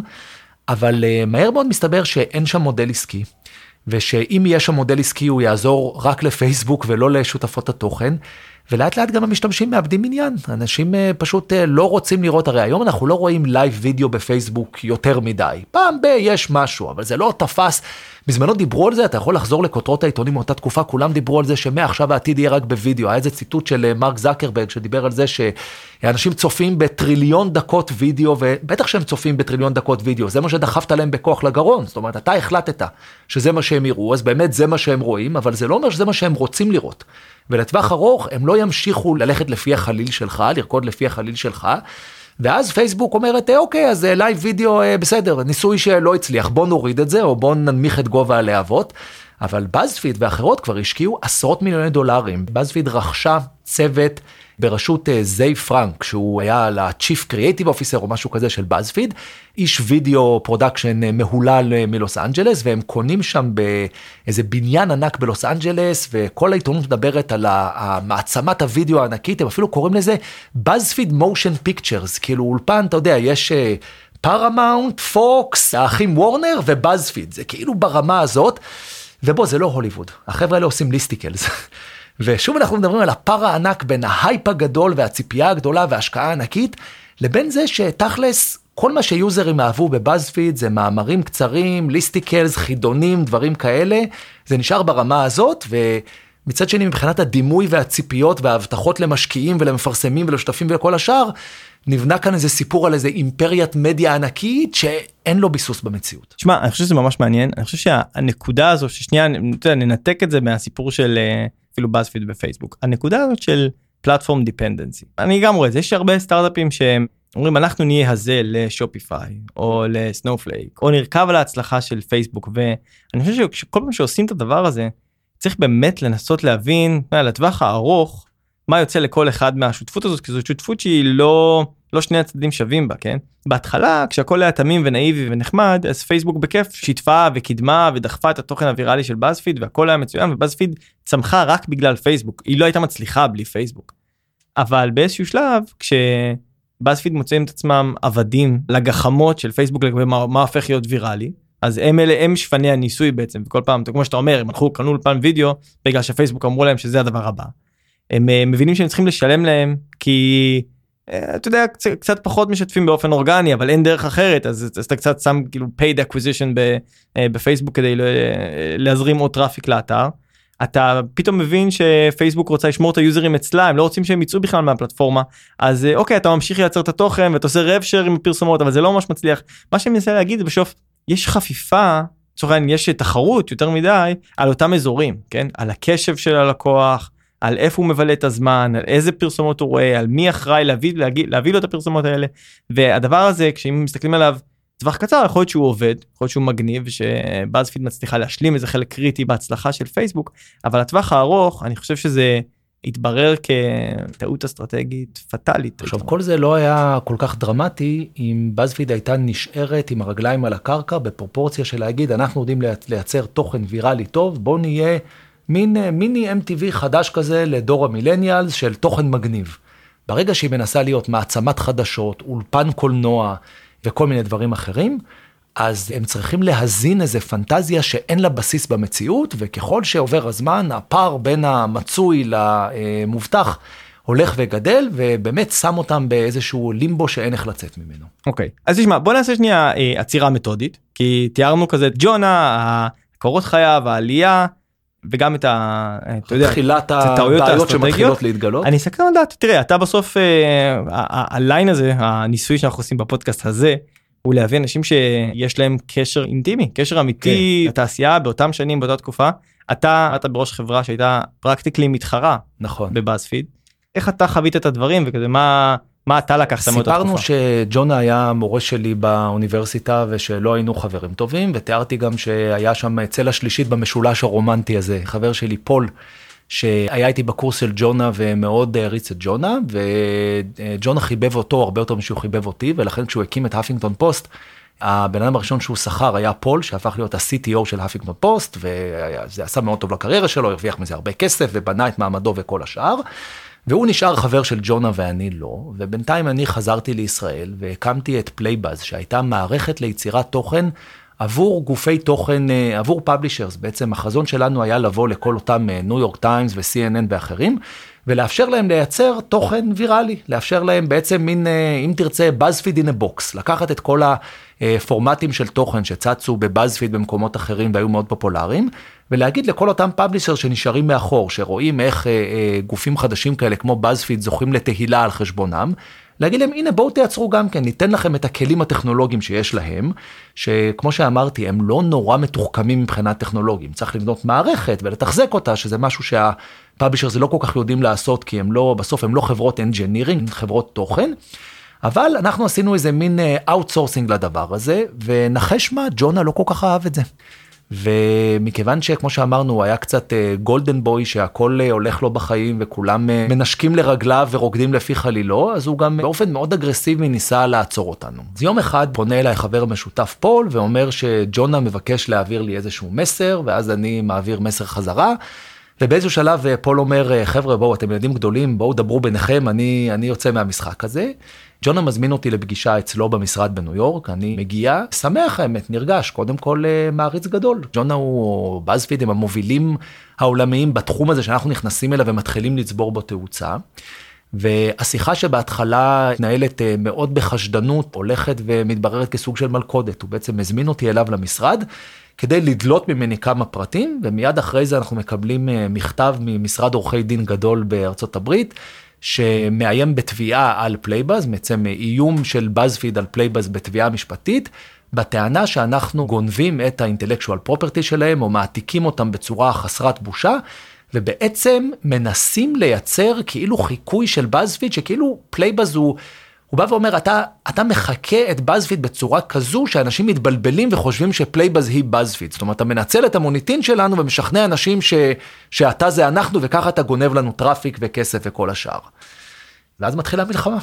אבל מהר מאוד מסתבר שאין שם מודל עסקי, ושאם יש שם מודל עסקי הוא יעזור רק לפייסבוק ולא לשותפות התוכן, ולאט לאט גם המשתמשים מאבדים עניין, אנשים פשוט לא רוצים לראות, הרי היום אנחנו לא רואים לייב וידאו בפייסבוק יותר מדי, פעם ב- יש משהו, אבל זה לא תפס, בזמנו דיברו על זה, אתה יכול לחזור לכותרות העיתונים מאותה תקופה, כולם דיברו על זה שמעכשיו העתיד יהיה רק בווידאו, היה איזה ציטוט של מרק זקרברג שדיבר על זה שאנשים צופים בטריליון דקות וידאו, ובטח שהם צופים בטריליון דקות וידאו, זה מה שדחפת להם בכוח לגרון, זאת אומרת, אתה החלטת שזה מה שהם יראו, אז באמת זה מה שהם רואים, אבל זה לא אומר שזה מה שהם רוצים לראות. ולטווח ארוך הם לא ימשיכו ללכת לפי החליל שלך, לרקוד לפי החליל שלך, ואז פייסבוק אומרת, אוקיי, אז לייב וידאו בסדר, ניסוי שלא הצליח, בוא נוריד את זה, או בוא ננמיך את גובה הלהבות, אבל BuzzFeed ואחרות כבר השקיעו עשרות מיליוני דולרים. BuzzFeed רכשה צוות בראשות זי פרנק, שהוא היה ל-Chief Creative Officer או משהו כזה של BuzzFeed, איש וידאו פרודקשן מהולל מלוס אנג'לס, והם קונים שם באיזה בניין ענק בלוס אנג'לס, וכל העיתונות מדברת על מעצמת הוידאו הענקית, הם אפילו קוראים לזה BuzzFeed Motion Pictures, כאילו אולפן, אתה יודע, יש פארמאונט, פוקס, האחים וורנר ובאזפיד, זה כאילו ברמה הזאת, ובוא, זה לא הוליווד, החבר'ה האלה עושים ליסטיקלס. ושוב אנחנו מדברים על הפער הענק בין ההייפ הגדול והציפייה הגדולה וההשקעה הענקית, לבין זה שתכלס כל מה שיוזרים אהבו בבאזפיד זה מאמרים קצרים, ליסטיקלס, חידונים, דברים כאלה, זה נשאר ברמה הזאת, ומצד שני מבחינת הדימוי והציפיות וההבטחות למשקיעים ולמפרסמים ולשותפים ולכל השאר, נבנה כאן איזה סיפור על איזה אימפריית מדיה ענקית שאין לו ביסוס במציאות. תשמע, אני חושב שזה ממש מעניין, אני חושב שהנקודה הזו, ששנייה ננתק את זה מהסיפור של אפילו BuzzFeed בפייסבוק, הנקודה הזאת של פלטפורם דיפנדנסי. אני גם רואה, יש הרבה סטארט-אפים שאומרים, אנחנו נהיה הזה לשופיפיי, או לסנופלייק, או נרכב על ההצלחה של פייסבוק, ואני חושב שכל פעם שעושים את הדבר הזה, צריך באמת לנסות להבין, לטווח הארוך, מה יוצא לכל אחד מהשותפות הזאת, כי זו שותפות שהיא לא, לא שני הצדדים שווים בה, כן? בהתחלה, כשהכל היה תמים ונאיבי ונחמד, אז פייסבוק בכיף שיתפה וקידמה ודחפה את התוכן הוויראלי של BuzzFeed, והכל היה מצוין, ובאזפיד צמחה רק בגלל פייסבוק, היא לא הייתה מצליחה בלי פייסבוק. אבל באיזשהו שלב, כשבאזפיד מוצאים את עצמם עבדים לגחמות של פייסבוק, לגבי מה, מה הופך להיות ויראלי, אז הם אלה, הם שפני הניסוי בעצם, וכל פעם, כמו שאתה אומר, הם הלכו, קנו אולפן וידאו, בגלל שפייסבוק אמרו להם שזה הדבר הבא. הם מבינים שהם צריכים לשלם להם, כי אתה יודע, קצת פחות משתפים באופן אורגני, אבל אין דרך אחרת, אז אתה קצת שם כאילו paid acquisition בפייסבוק, כדי להזרים עוד טראפיק לאתר. אתה פתאום מבין שפייסבוק רוצה לשמור את היוזרים אצלה, הם לא רוצים שהם יצאו בכלל מהפלטפורמה, אז אוקיי, אתה ממשיך לייצר את התוכן, ואתה עושה רב שייר עם הפרסומות, אבל זה לא ממש מצליח. מה שאני מנסה להגיד, בשוף, יש חפיפה, צורך, יש תחרות יותר מדי, על אותם אזורים, כן? על הקשב של הלקוח, על איפה הוא מבלה את הזמן, על איזה פרסומות הוא רואה, על מי אחראי להביא, להביא, להביא לו את הפרסומות האלה, והדבר הזה, כשאם מסתכלים עליו טווח קצר, יכול להיות שהוא עובד, יכול להיות שהוא מגניב, שבאזפיד מצליחה להשלים איזה חלק קריטי בהצלחה של פייסבוק, אבל הטווח הארוך, אני חושב שזה התברר כטעות אסטרטגית פטאלית. עכשיו, כל זה לא היה כל כך דרמטי, אם באזפיד הייתה נשארת עם הרגליים על הקרקע, בפרופורציה של להגיד, אנחנו יודעים לייצר תוכן ויראלי טוב, בוא נהיה מין מיני אם טי וי חדש כזה לדור המילניאלס של תוכן מגניב. ברגע שהיא מנסה להיות מעצמת חדשות, אולפן קולנוע וכל מיני דברים אחרים, אז הם צריכים להזין איזה פנטזיה שאין לה בסיס במציאות, וככל שעובר הזמן, הפער בין המצוי למובטח הולך וגדל, ובאמת שם אותם באיזשהו לימבו שאין איך לצאת ממנו. אוקיי, אז תשמע, בוא נעשה שנייה עצירה מתודית, כי תיארנו כזה את ג'ונה, הקורות חייו, העלייה, וגם את ה... אתה יודע, תחילת הבעיות שמתחילות להתגלות. אני אסקרן לדעת, תראה, אתה בסוף, הליין הזה, הניסוי שאנחנו עושים בפודקאסט הזה, הוא להביא אנשים שיש להם קשר אינטימי, קשר אמיתי, התעשייה באותם שנים, באותה תקופה, אתה, אתה בראש חברה שהייתה פרקטיקלי מתחרה, נכון, בבאזפיד. איך אתה חווית את הדברים, וכזה, מה... מה אתה לקחת מאותה תקופה? סיפרנו שג'ונה היה מורה שלי באוניברסיטה, ושלא היינו חברים טובים, ותיארתי גם שהיה שם צלע שלישית במשולש הרומנטי הזה, חבר שלי פול, שהיה איתי בקורס של ג'ונה, ומאוד הריץ את ג'ונה, וג'ונה חיבב אותו הרבה יותר משהו חיבב אותי, ולכן כשהוא הקים את הפינגטון פוסט, הבן אדם הראשון שהוא שכר היה פול, שהפך להיות ה-סי טי או של הפינגטון פוסט, וזה עשה מאוד טוב לקריירה שלו, הרוויח מזה הרבה כסף, ובנה את מעמדו וכל השאר. והוא נשאר חבר של ג'ונה ואני לא, ובינתיים אני חזרתי לישראל והקמתי את פלייבאז, שהייתה מערכת ליצירת תוכן עבור גופי תוכן, עבור פאבלישרס. בעצם החזון שלנו היה לבוא לכל אותם ניו יורק טיימס ו-סי אן אן ואחרים, ולאפשר להם לייצר תוכן ויראלי, לאפשר להם בעצם מין, אם תרצה, BuzzFeed in a box, לקחת את כל הפורמטים של תוכן שצצו בBuzzFeed במקומות אחרים והיו מאוד פופולריים, ולהגיד לכל אותם פאבלישר שנשארים מאחור, שרואים איך גופים חדשים כאלה כמו BuzzFeed זוכים לתהילה על חשבונם, להגיד להם, הנה בואו תייצרו גם כן, ניתן לכם את הכלים הטכנולוגיים שיש להם, שכמו שאמרתי, הם לא נורא מתוחכמים מבחינת טכנולוגיים, צריך לבנות מערכת ולתחזק אותה, שזה משהו שהפאבלישר זה לא כל כך יודעים לעשות, כי הם לא, בסוף הם לא חברות engineering, חברות תוכן, אבל אנחנו עשינו איזה מין אאוטסורסינג לדבר הזה, ונחש מה, ג'ונה לא כל כך אהב את זה. ומכיוון שכמו שאמרנו, הוא היה קצת גולדן בוי, שהכל הולך לו בחיים, וכולם מנשקים לרגליו ורוקדים לפי חלילו, אז הוא גם באופן מאוד אגרסיבי ניסה לעצור אותנו. אז יום אחד פונה אליי חבר משותף פול, ואומר שג'ונה מבקש להעביר לי איזשהו מסר, ואז אני מעביר מסר חזרה, ובאיזשהו שלב פול אומר, חבר'ה בואו, אתם ילדים גדולים, בואו דברו ביניכם, אני, אני יוצא מהמשחק הזה. ג'ונה מזמין אותי לפגישה אצלו במשרד בניו יורק, אני מגיע, שמח האמת, נרגש, קודם כל מעריץ גדול. ג'ונה הוא באזפיד, הם המובילים העולמיים בתחום הזה שאנחנו נכנסים אליו ומתחילים לצבור בו תאוצה. והשיחה שבהתחלה התנהלת מאוד בחשדנות, הולכת ומתבררת כסוג של מלכודת. הוא בעצם מזמין אותי אליו למשרד, כדי לדלות ממני כמה פרטים, ומיד אחרי זה אנחנו מקבלים מכתב ממשרד עורכי דין גדול בארצות הברית, שמאיים בתביעה על פלייבאז, בעצם איום של BuzzFeed על פלייבאז בתביעה משפטית, בטענה שאנחנו גונבים את האינטלקטואל פרופרטי שלהם, או מעתיקים אותם בצורה חסרת בושה, ובעצם מנסים לייצר כאילו חיקוי של BuzzFeed, שכאילו פלייבאז הוא, הוא בא ואומר, אתה, אתה מחכה את BuzzFeed בצורה כזו, שאנשים מתבלבלים וחושבים שפלייבאז היא BuzzFeed. זאת אומרת, אתה מנצל את המוניטין שלנו, ומשכנע אנשים ש, שאתה זה אנחנו, וככה אתה גונב לנו טראפיק וכסף וכל השאר. ואז מתחילה המלחמה.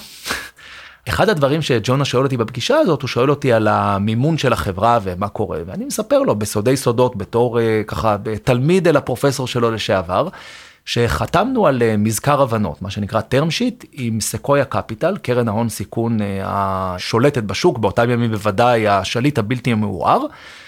אחד הדברים שג'ונה שואל אותי בפגישה הזאת, הוא שואל אותי על המימון של החברה ומה קורה, ואני מספר לו בסודי סודות, בתור ככה תלמיד אל הפרופסור שלו לשעבר, שחתמנו על מזכר הבנות, מה שנקרא term sheet, עם סקויה קפיטל, קרן ההון סיכון השולטת בשוק, באותם ימים בוודאי השליט הבלתי המעורער,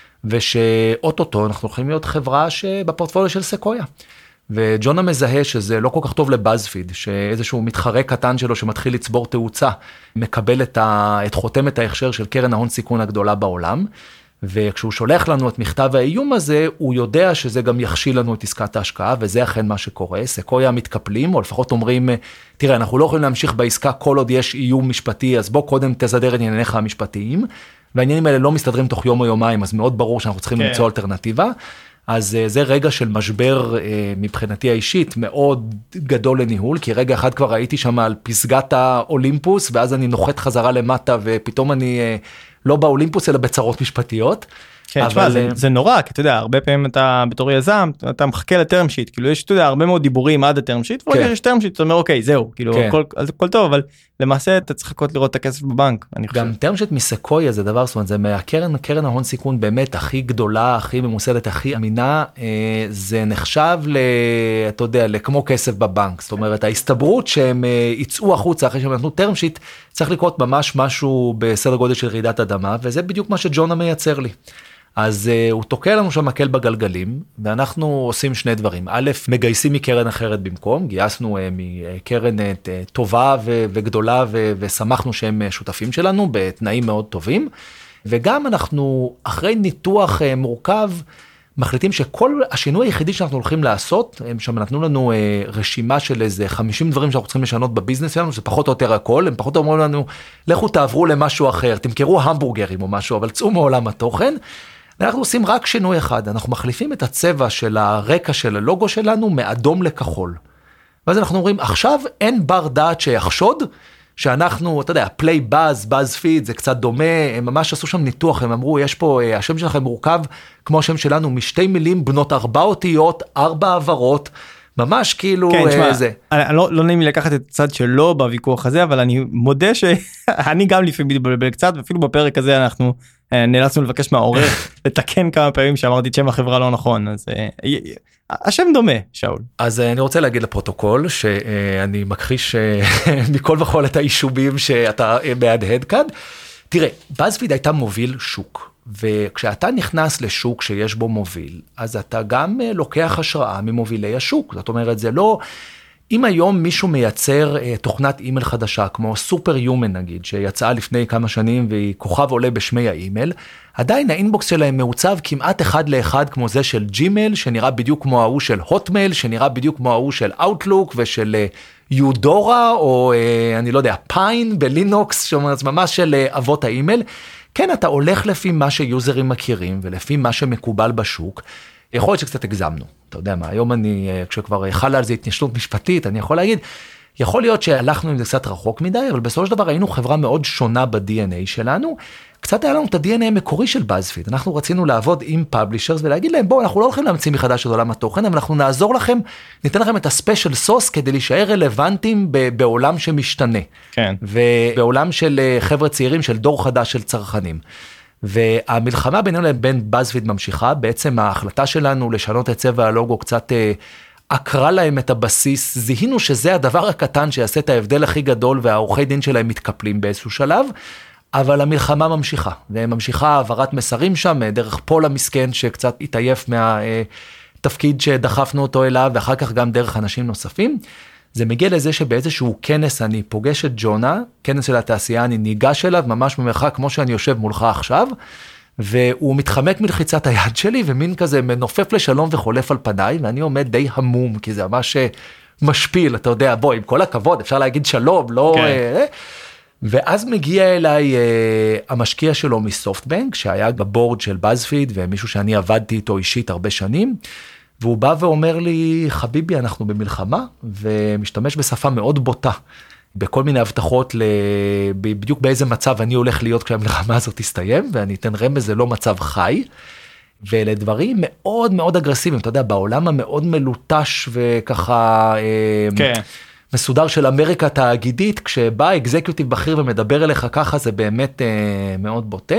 ושאוטוטו אנחנו הולכים להיות חברה שבפורטפוליו של סקויה. וג'ונה מזהה שזה לא כל כך טוב לבאזפיד, שאיזשהו מתחרה קטן שלו שמתחיל לצבור תאוצה, מקבל את, ה... את חותמת ההכשר של קרן ההון סיכון הגדולה בעולם, וכשהוא שולח לנו את מכתב האיום הזה, הוא יודע שזה גם יכשיל לנו את עסקת ההשקעה, וזה אכן מה שקורה. סקויה מתקפלים, או לפחות אומרים, תראה, אנחנו לא יכולים להמשיך בעסקה כל עוד יש איום משפטי, אז בוא קודם תסדר את ענייניך המשפטיים, והעניינים האלה לא מסתדרים תוך יום או יומיים, אז מאוד ברור שאנחנו צריכים למצוא אלטרנטיבה. אז זה רגע של משבר מבחינתי האישית מאוד גדול לניהול, כי רגע אחד כבר ראיתי שם על פסגת האולימפוס, ואז אני נוחת חזרה למטה, ופתאום אני לא באולימפוס, אלא בצרות משפטיות. כן, תשמע, זה, זה נורא, כי אתה יודע, הרבה פעמים אתה בתור יזם, אתה מחכה לטרם שיט, כאילו יש, אתה יודע, הרבה מאוד דיבורים עד הטרם שיט, ועוד יש טרם שיט, אתה אומר, אוקיי, זהו, כאילו, הכל, הכל טוב, אבל למעשה אתה צריך לחכות לראות את הכסף בבנק, אני חושב. גם טרם שיט מסקויה זה דבר, זאת אומרת, זה מהקרן, קרן ההון סיכון באמת הכי גדולה, הכי ממוסדת, הכי אמינה, זה נחשב ל, אתה יודע, לכמו כסף בבנק, זאת אומרת, ההסתברות שהם יצאו החוצה אחרי שהם נתנו טרם שיט, צריך לקרות ממש משהו בסדר גודל של רעידת אדמה, וזה בדיוק מה שג'ונה מייצר לי. אז uh, הוא תוקע לנו שם מקל בגלגלים, ואנחנו עושים שני דברים. א', מגייסים מקרן אחרת במקום, גייסנו uh, מקרן uh, טובה ו- וגדולה, ו- ושמחנו שהם uh, שותפים שלנו, בתנאים מאוד טובים, וגם אנחנו, אחרי ניתוח uh, מורכב, מחליטים שכל השינוי היחידי שאנחנו הולכים לעשות, הם שם נתנו לנו uh, רשימה של איזה חמישים דברים שאנחנו צריכים לשנות בביזנס שלנו, זה פחות או יותר הכל, הם פחות אומרים לנו, לכו תעברו למשהו אחר, תמכרו המבורגרים או משהו, אבל צאו מעולם התוכן, אנחנו עושים רק שינוי אחד, אנחנו מחליפים את הצבע של הרקע של הלוגו שלנו מאדום לכחול. ואז אנחנו אומרים, עכשיו אין בר דעת שיחשוד, שאנחנו, אתה יודע, פליי באז, באז פיד, זה קצת דומה, הם ממש עשו שם ניתוח, הם אמרו, יש פה, השם שלכם מורכב, כמו השם שלנו, משתי מילים, בנות ארבע אותיות, ארבע עברות, ממש כאילו כן, שמה, זה. אני לא, לא נעים לי לקחת את הצד שלו בוויכוח הזה, אבל אני מודה שאני גם לפעמים מתבלבל קצת, ואפילו בפרק הזה אנחנו נאלצנו לבקש מהעורך לתקן כמה פעמים שאמרתי את שם החברה לא נכון, אז השם דומה, שאול. אז אני רוצה להגיד לפרוטוקול שאני מכחיש מכל וכל את האישומים שאתה מהדהד כאן. תראה, BuzzFeed הייתה מוביל שוק, וכשאתה נכנס לשוק שיש בו מוביל, אז אתה גם לוקח השראה ממובילי השוק. זאת אומרת, זה לא, אם היום מישהו מייצר תוכנת אימייל חדשה, כמו סופר יומן נגיד, שיצאה לפני כמה שנים והיא כוכב עולה בשמי האימייל, עדיין האינבוקס שלהם מעוצב כמעט אחד לאחד כמו זה של ג'ימייל, שנראה בדיוק כמו ההוא של הוטמייל, שנראה בדיוק כמו ההוא של אאוטלוק ושל יודורה, או אני לא יודע, פיין בלינוקס, שאומרת ממש של אבות האימייל. כן, אתה הולך לפי מה שיוזרים מכירים, ולפי מה שמקובל בשוק. יכול להיות שקצת הגזמנו. אתה יודע מה, היום אני, כשכבר חלה על זה התיישנות משפטית, אני יכול להגיד, יכול להיות שהלכנו עם זה קצת רחוק מדי, אבל בסופו של דבר היינו חברה מאוד שונה ב-די אן איי שלנו, קצת היה לנו את ה-די אן איי המקורי של BuzzFeed, אנחנו רצינו לעבוד עם פאבלישרס ולהגיד להם, בואו, אנחנו לא הולכים להמציא מחדש את עולם התוכן, אבל אנחנו נעזור לכם, ניתן לכם את הספיישל סוס כדי להישאר רלוונטיים בעולם שמשתנה. כן. ובעולם של חבר'ה צעירים, של דור חדש של צרכנים. והמלחמה בינינו לבין BuzzFeed ממשיכה, בעצם ההחלטה שלנו לשנות את צבע הלוגו קצת עקרה להם את הבסיס, זיהינו שזה הדבר הקטן שיעשה את ההבדל הכי גדול, והעורכי דין שלהם מתקפלים באיזשהו שלב, אבל המלחמה ממשיכה, וממשיכה העברת מסרים שם, דרך פול המסכן שקצת התעייף מהתפקיד שדחפנו אותו אליו, ואחר כך גם דרך אנשים נוספים. זה מגיע לזה שבאיזשהו כנס אני פוגש את ג'ונה, כנס של התעשייה, אני ניגש אליו ממש ממרחק כמו שאני יושב מולך עכשיו, והוא מתחמק מלחיצת היד שלי, ומין כזה מנופף לשלום וחולף על פניי, ואני עומד די המום, כי זה ממש משפיל, אתה יודע, בוא, עם כל הכבוד, אפשר להגיד שלום, לא... כן. ואז מגיע אליי uh, המשקיע שלו מסופטבנק, שהיה בבורד של BuzzFeed, ומישהו שאני עבדתי איתו אישית הרבה שנים, והוא בא ואומר לי, חביבי, אנחנו במלחמה, ומשתמש בשפה מאוד בוטה, בכל מיני הבטחות, בדיוק באיזה מצב אני הולך להיות כשהמלחמה הזאת תסתיים, ואני אתן רמז, זה לא מצב חי, ולדברים מאוד מאוד אגרסיביים, אתה יודע, בעולם המאוד מלוטש וככה... כן. מסודר של אמריקה תאגידית, כשבא אקזקיוטיב בכיר ומדבר אליך ככה, זה באמת אה, מאוד בוטה.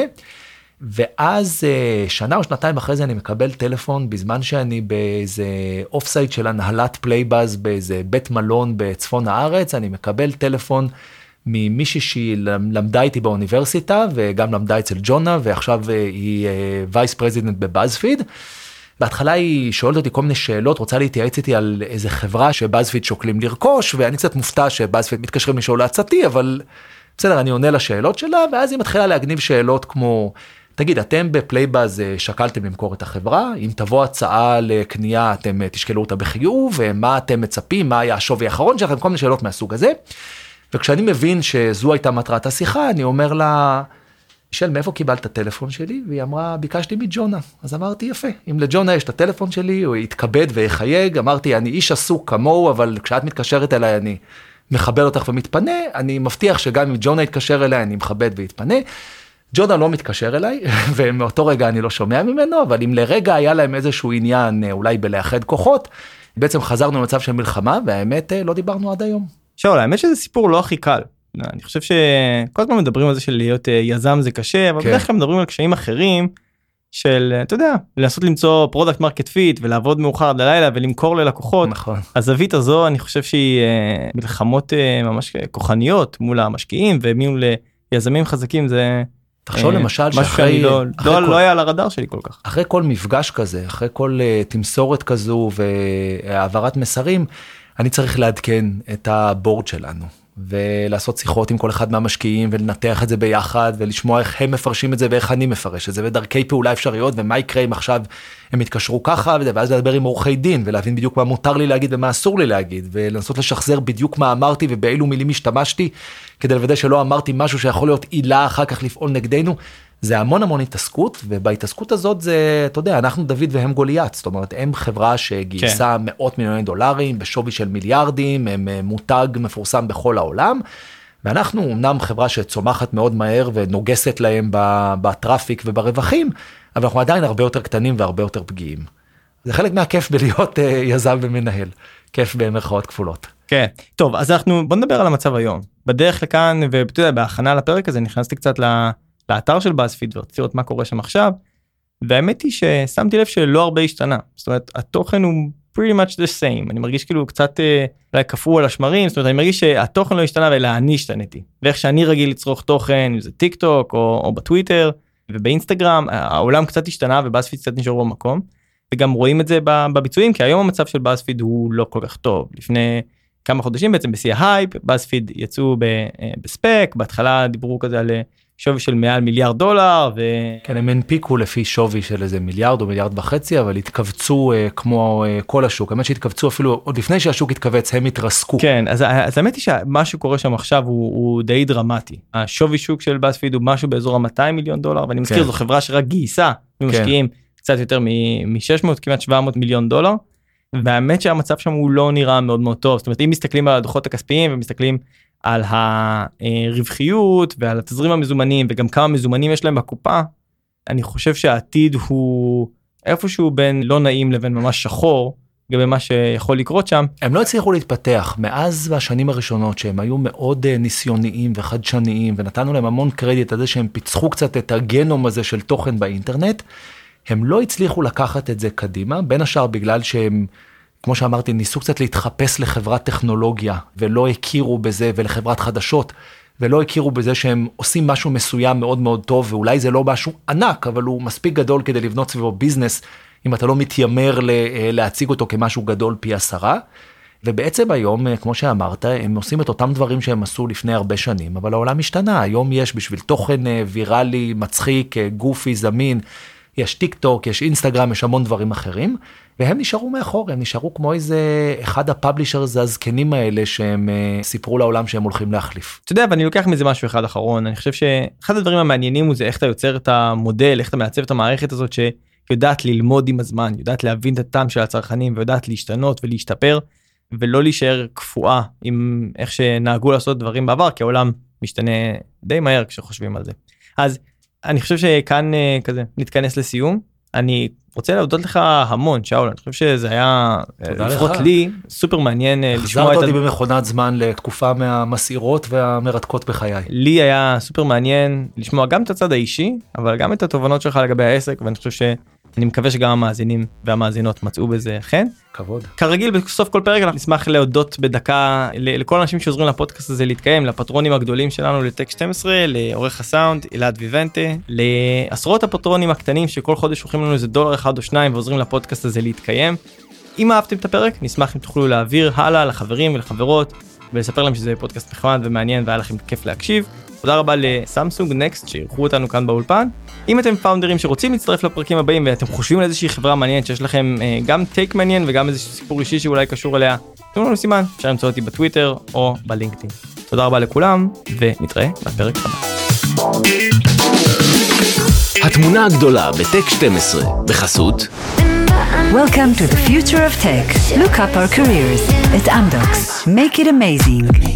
ואז אה, שנה או שנתיים אחרי זה אני מקבל טלפון, בזמן שאני באיזה אוף סייט של הנהלת פלייבאז, באיזה בית מלון בצפון הארץ, אני מקבל טלפון ממישהי שהיא למדה איתי באוניברסיטה, וגם למדה אצל ג'ונה, ועכשיו היא וייס פרזידנט בבאזפיד. בהתחלה היא שואלת אותי כל מיני שאלות, רוצה להתייעץ איתי על איזה חברה שבאזפיד שוקלים לרכוש, ואני קצת מופתע שבאזפיד מתקשרים לשאול לעצתי, אבל בסדר, אני עונה לשאלות שלה, ואז היא מתחילה להגניב שאלות כמו, תגיד, אתם בפלייבאז שקלתם למכור את החברה, אם תבוא הצעה לקנייה, אתם תשקלו אותה בחיוב, ומה אתם מצפים, מה היה השווי האחרון שלכם, כל מיני שאלות מהסוג הזה. וכשאני מבין שזו הייתה מטרת השיחה, אני אומר לה, של מאיפה קיבלת את הטלפון שלי? והיא אמרה, ביקשתי מג'ונה. אז אמרתי, יפה, אם לג'ונה יש את הטלפון שלי, הוא יתכבד ויחייג, אמרתי, אני איש עסוק כמוהו, אבל כשאת מתקשרת אליי, אני מכבד אותך ומתפנה, אני מבטיח שגם אם ג'ונה יתקשר אליי, אני מכבד ויתפנה. ג'ונה לא מתקשר אליי, ומאותו רגע אני לא שומע ממנו, אבל אם לרגע היה להם איזשהו עניין, אולי בלאחד כוחות, בעצם חזרנו למצב של מלחמה, והאמת לא דיברנו עד היום. שאול, האמת שזה סיפור לא הכי קל. אני חושב שכל הזמן מדברים על זה של להיות יזם זה קשה, אבל בדרך כלל מדברים על קשיים אחרים, של, אתה יודע, לנסות למצוא פרודקט מרקט פיט, ולעבוד מאוחר עד הלילה, ולמכור ללקוחות. נכון. הזווית הזו, אני חושב שהיא מלחמות ממש כוחניות, מול המשקיעים, ומול יזמים חזקים, זה... תחשוב למשל שאחרי... לא, לא, לא היה על הרדאר שלי כל כך. אחרי כל מפגש כזה, אחרי כל תמסורת כזו, והעברת מסרים, אני צריך לעדכן את הבורד שלנו. ולעשות שיחות עם כל אחד מהמשקיעים, ולנתח את זה ביחד, ולשמוע איך הם מפרשים את זה, ואיך אני מפרש את זה, ודרכי פעולה אפשריות, ומה יקרה אם עכשיו הם יתקשרו ככה, ואז לדבר עם עורכי דין, ולהבין בדיוק מה מותר לי להגיד, ומה אסור לי להגיד, ולנסות לשחזר בדיוק מה אמרתי, ובאילו מילים השתמשתי, כדי לוודא שלא אמרתי משהו שיכול להיות עילה אחר כך לפעול נגדנו. זה המון המון התעסקות, ובהתעסקות הזאת זה, אתה יודע, אנחנו דוד והם גוליית, זאת אומרת, הם חברה שגייסה כן. מאות מיליוני דולרים, בשווי של מיליארדים, הם מותג מפורסם בכל העולם, ואנחנו אמנם חברה שצומחת מאוד מהר, ונוגסת להם בטראפיק וברווחים, אבל אנחנו עדיין הרבה יותר קטנים והרבה יותר פגיעים. זה חלק מהכיף בלהיות יזם ומנהל, כיף במרכאות כפולות. כן, טוב, אז אנחנו, בוא נדבר על המצב היום. בדרך לכאן, ואתה יודע, בהכנה לפרק הזה, נכנסתי קצת ל... לאתר של BuzzFeed ורציתי לראות מה קורה שם עכשיו, והאמת היא ששמתי לב שלא הרבה השתנה, זאת אומרת, התוכן הוא pretty much the same, אני מרגיש כאילו קצת אולי קפאו על השמרים, זאת אומרת, אני מרגיש שהתוכן לא השתנה, אלא אני השתניתי, ואיך שאני רגיל לצרוך תוכן, אם זה טיק טוק או, או בטוויטר, ובאינסטגרם, העולם קצת השתנה, ובאזפיד קצת נשאר במקום, וגם רואים את זה בביצועים, כי היום המצב של BuzzFeed הוא לא כל כך טוב, לפני כמה חודשים בעצם בשיא ההייפ, BuzzFeed יצאו בספק, בהתחלה דיברו כזה על שווי של מעל מיליארד דולר, ו... כן, הם הנפיקו לפי שווי של איזה מיליארד או מיליארד וחצי, אבל התכווצו אה, כמו אה, כל השוק, האמת שהתכווצו אפילו, עוד לפני שהשוק התכווץ, הם התרסקו. כן, אז, אז האמת היא שמה שקורה שם עכשיו הוא, הוא די דרמטי. השווי שוק של BuzzFeed הוא משהו באזור ה-מאתיים מיליון דולר, ואני מזכיר, כן. זו חברה שרק גייסה, ומשקיעים כן. קצת יותר מ-שש מאות, כמעט שבע מאות מיליון דולר, והאמת שהמצב שם הוא לא נראה מאוד מאוד טוב. זאת אומרת, אם מסתכלים על הדוחות הכספיים ומסתכלים על הרווחיות ועל התזרים המזומנים וגם כמה מזומנים יש להם בקופה, אני חושב שהעתיד הוא איפשהו בין לא נעים לבין ממש שחור, גם מה שיכול לקרות שם. הם לא הצליחו להתפתח מאז השנים הראשונות שהם היו מאוד ניסיוניים וחדשניים, ונתנו להם המון קרדיט על זה שהם פיצחו קצת את הגנום הזה של תוכן באינטרנט. הם לא הצליחו לקחת את זה קדימה, בין השאר בגלל שהם, כמו שאמרתי, ניסו קצת להתחפש לחברת טכנולוגיה, ולא הכירו בזה, ולחברת חדשות, ולא הכירו בזה שהם עושים משהו מסוים מאוד מאוד טוב, ואולי זה לא משהו ענק, אבל הוא מספיק גדול כדי לבנות סביבו ביזנס, אם אתה לא מתיימר להציג אותו כמשהו גדול פי עשרה. ובעצם היום, כמו שאמרת, הם עושים את אותם דברים שהם עשו לפני הרבה שנים, אבל העולם השתנה. היום יש בשביל תוכן ויראלי, מצחיק, גופי, זמין, יש טיק טוק, יש אינסטגרם, יש המון דברים אחרים, והם נשארו מאחור, הם נשארו כמו איזה אחד הפאבלישרס הזקנים האלה שהם סיפרו לעולם שהם הולכים להחליף. אתה יודע, ואני לוקח מזה משהו אחד אחרון, אני חושב שאחד הדברים המעניינים הוא זה איך אתה יוצר את המודל, איך אתה מעצב את המערכת הזאת שיודעת ללמוד עם הזמן, יודעת להבין את הטעם של הצרכנים, ויודעת להשתנות ולהשתפר, ולא להישאר קפואה עם איך שנהגו לעשות דברים בעבר, כי העולם משתנה די מהר כשחושבים על זה. אז אני חושב שכאן כזה נתכנס לסיום. אני רוצה להודות לך המון, שאול, אני חושב שזה היה, לפחות לי, סופר מעניין לשמוע את... החזרת אותי במכונת זמן לתקופה מהמסעירות והמרתקות בחיי. לי היה סופר מעניין לשמוע גם את הצד האישי, אבל גם את התובנות שלך לגבי העסק, ואני חושב שאני מקווה שגם המאזינים והמאזינות מצאו בזה חן. כבוד. כרגיל, בסוף כל פרק אנחנו נשמח להודות בדקה לכל האנשים שעוזרים לפודקאסט הזה להתקיים, לפטרונים הגדולים שלנו לטק שתים עשרה, לעורך הסאונד, אלעד ויבנטה, לעשרות הפטרונים הקטנים שכל חודש שולחים לנו איזה דולר אחד או שניים ועוזרים לפודקאסט הזה להתקיים. אם אהבתם את הפרק, נשמח אם תוכלו להעביר הלאה לחברים ולחברות, ולספר להם שזה פודקאסט נחמד ומעניין והיה לכם כיף להקשיב. תודה רבה לסמסונג נקסט שאירחו אותנו כאן באולפן. אם אתם פאונדרים שרוצים להצטרף לפרקים הבאים ואתם חושבים על איזושהי חברה מעניינת שיש לכם אה, גם טייק מעניין וגם איזשהו סיפור אישי שאולי קשור אליה, תנו לנו סימן, אפשר למצוא אותי בטוויטר או בלינקדאין. תודה רבה לכולם ונתראה בפרק הבא. התמונה הגדולה בטק שתים עשרה בחסות Welcome to the future of tech. Look up our careers at Amdocs. Make it amazing.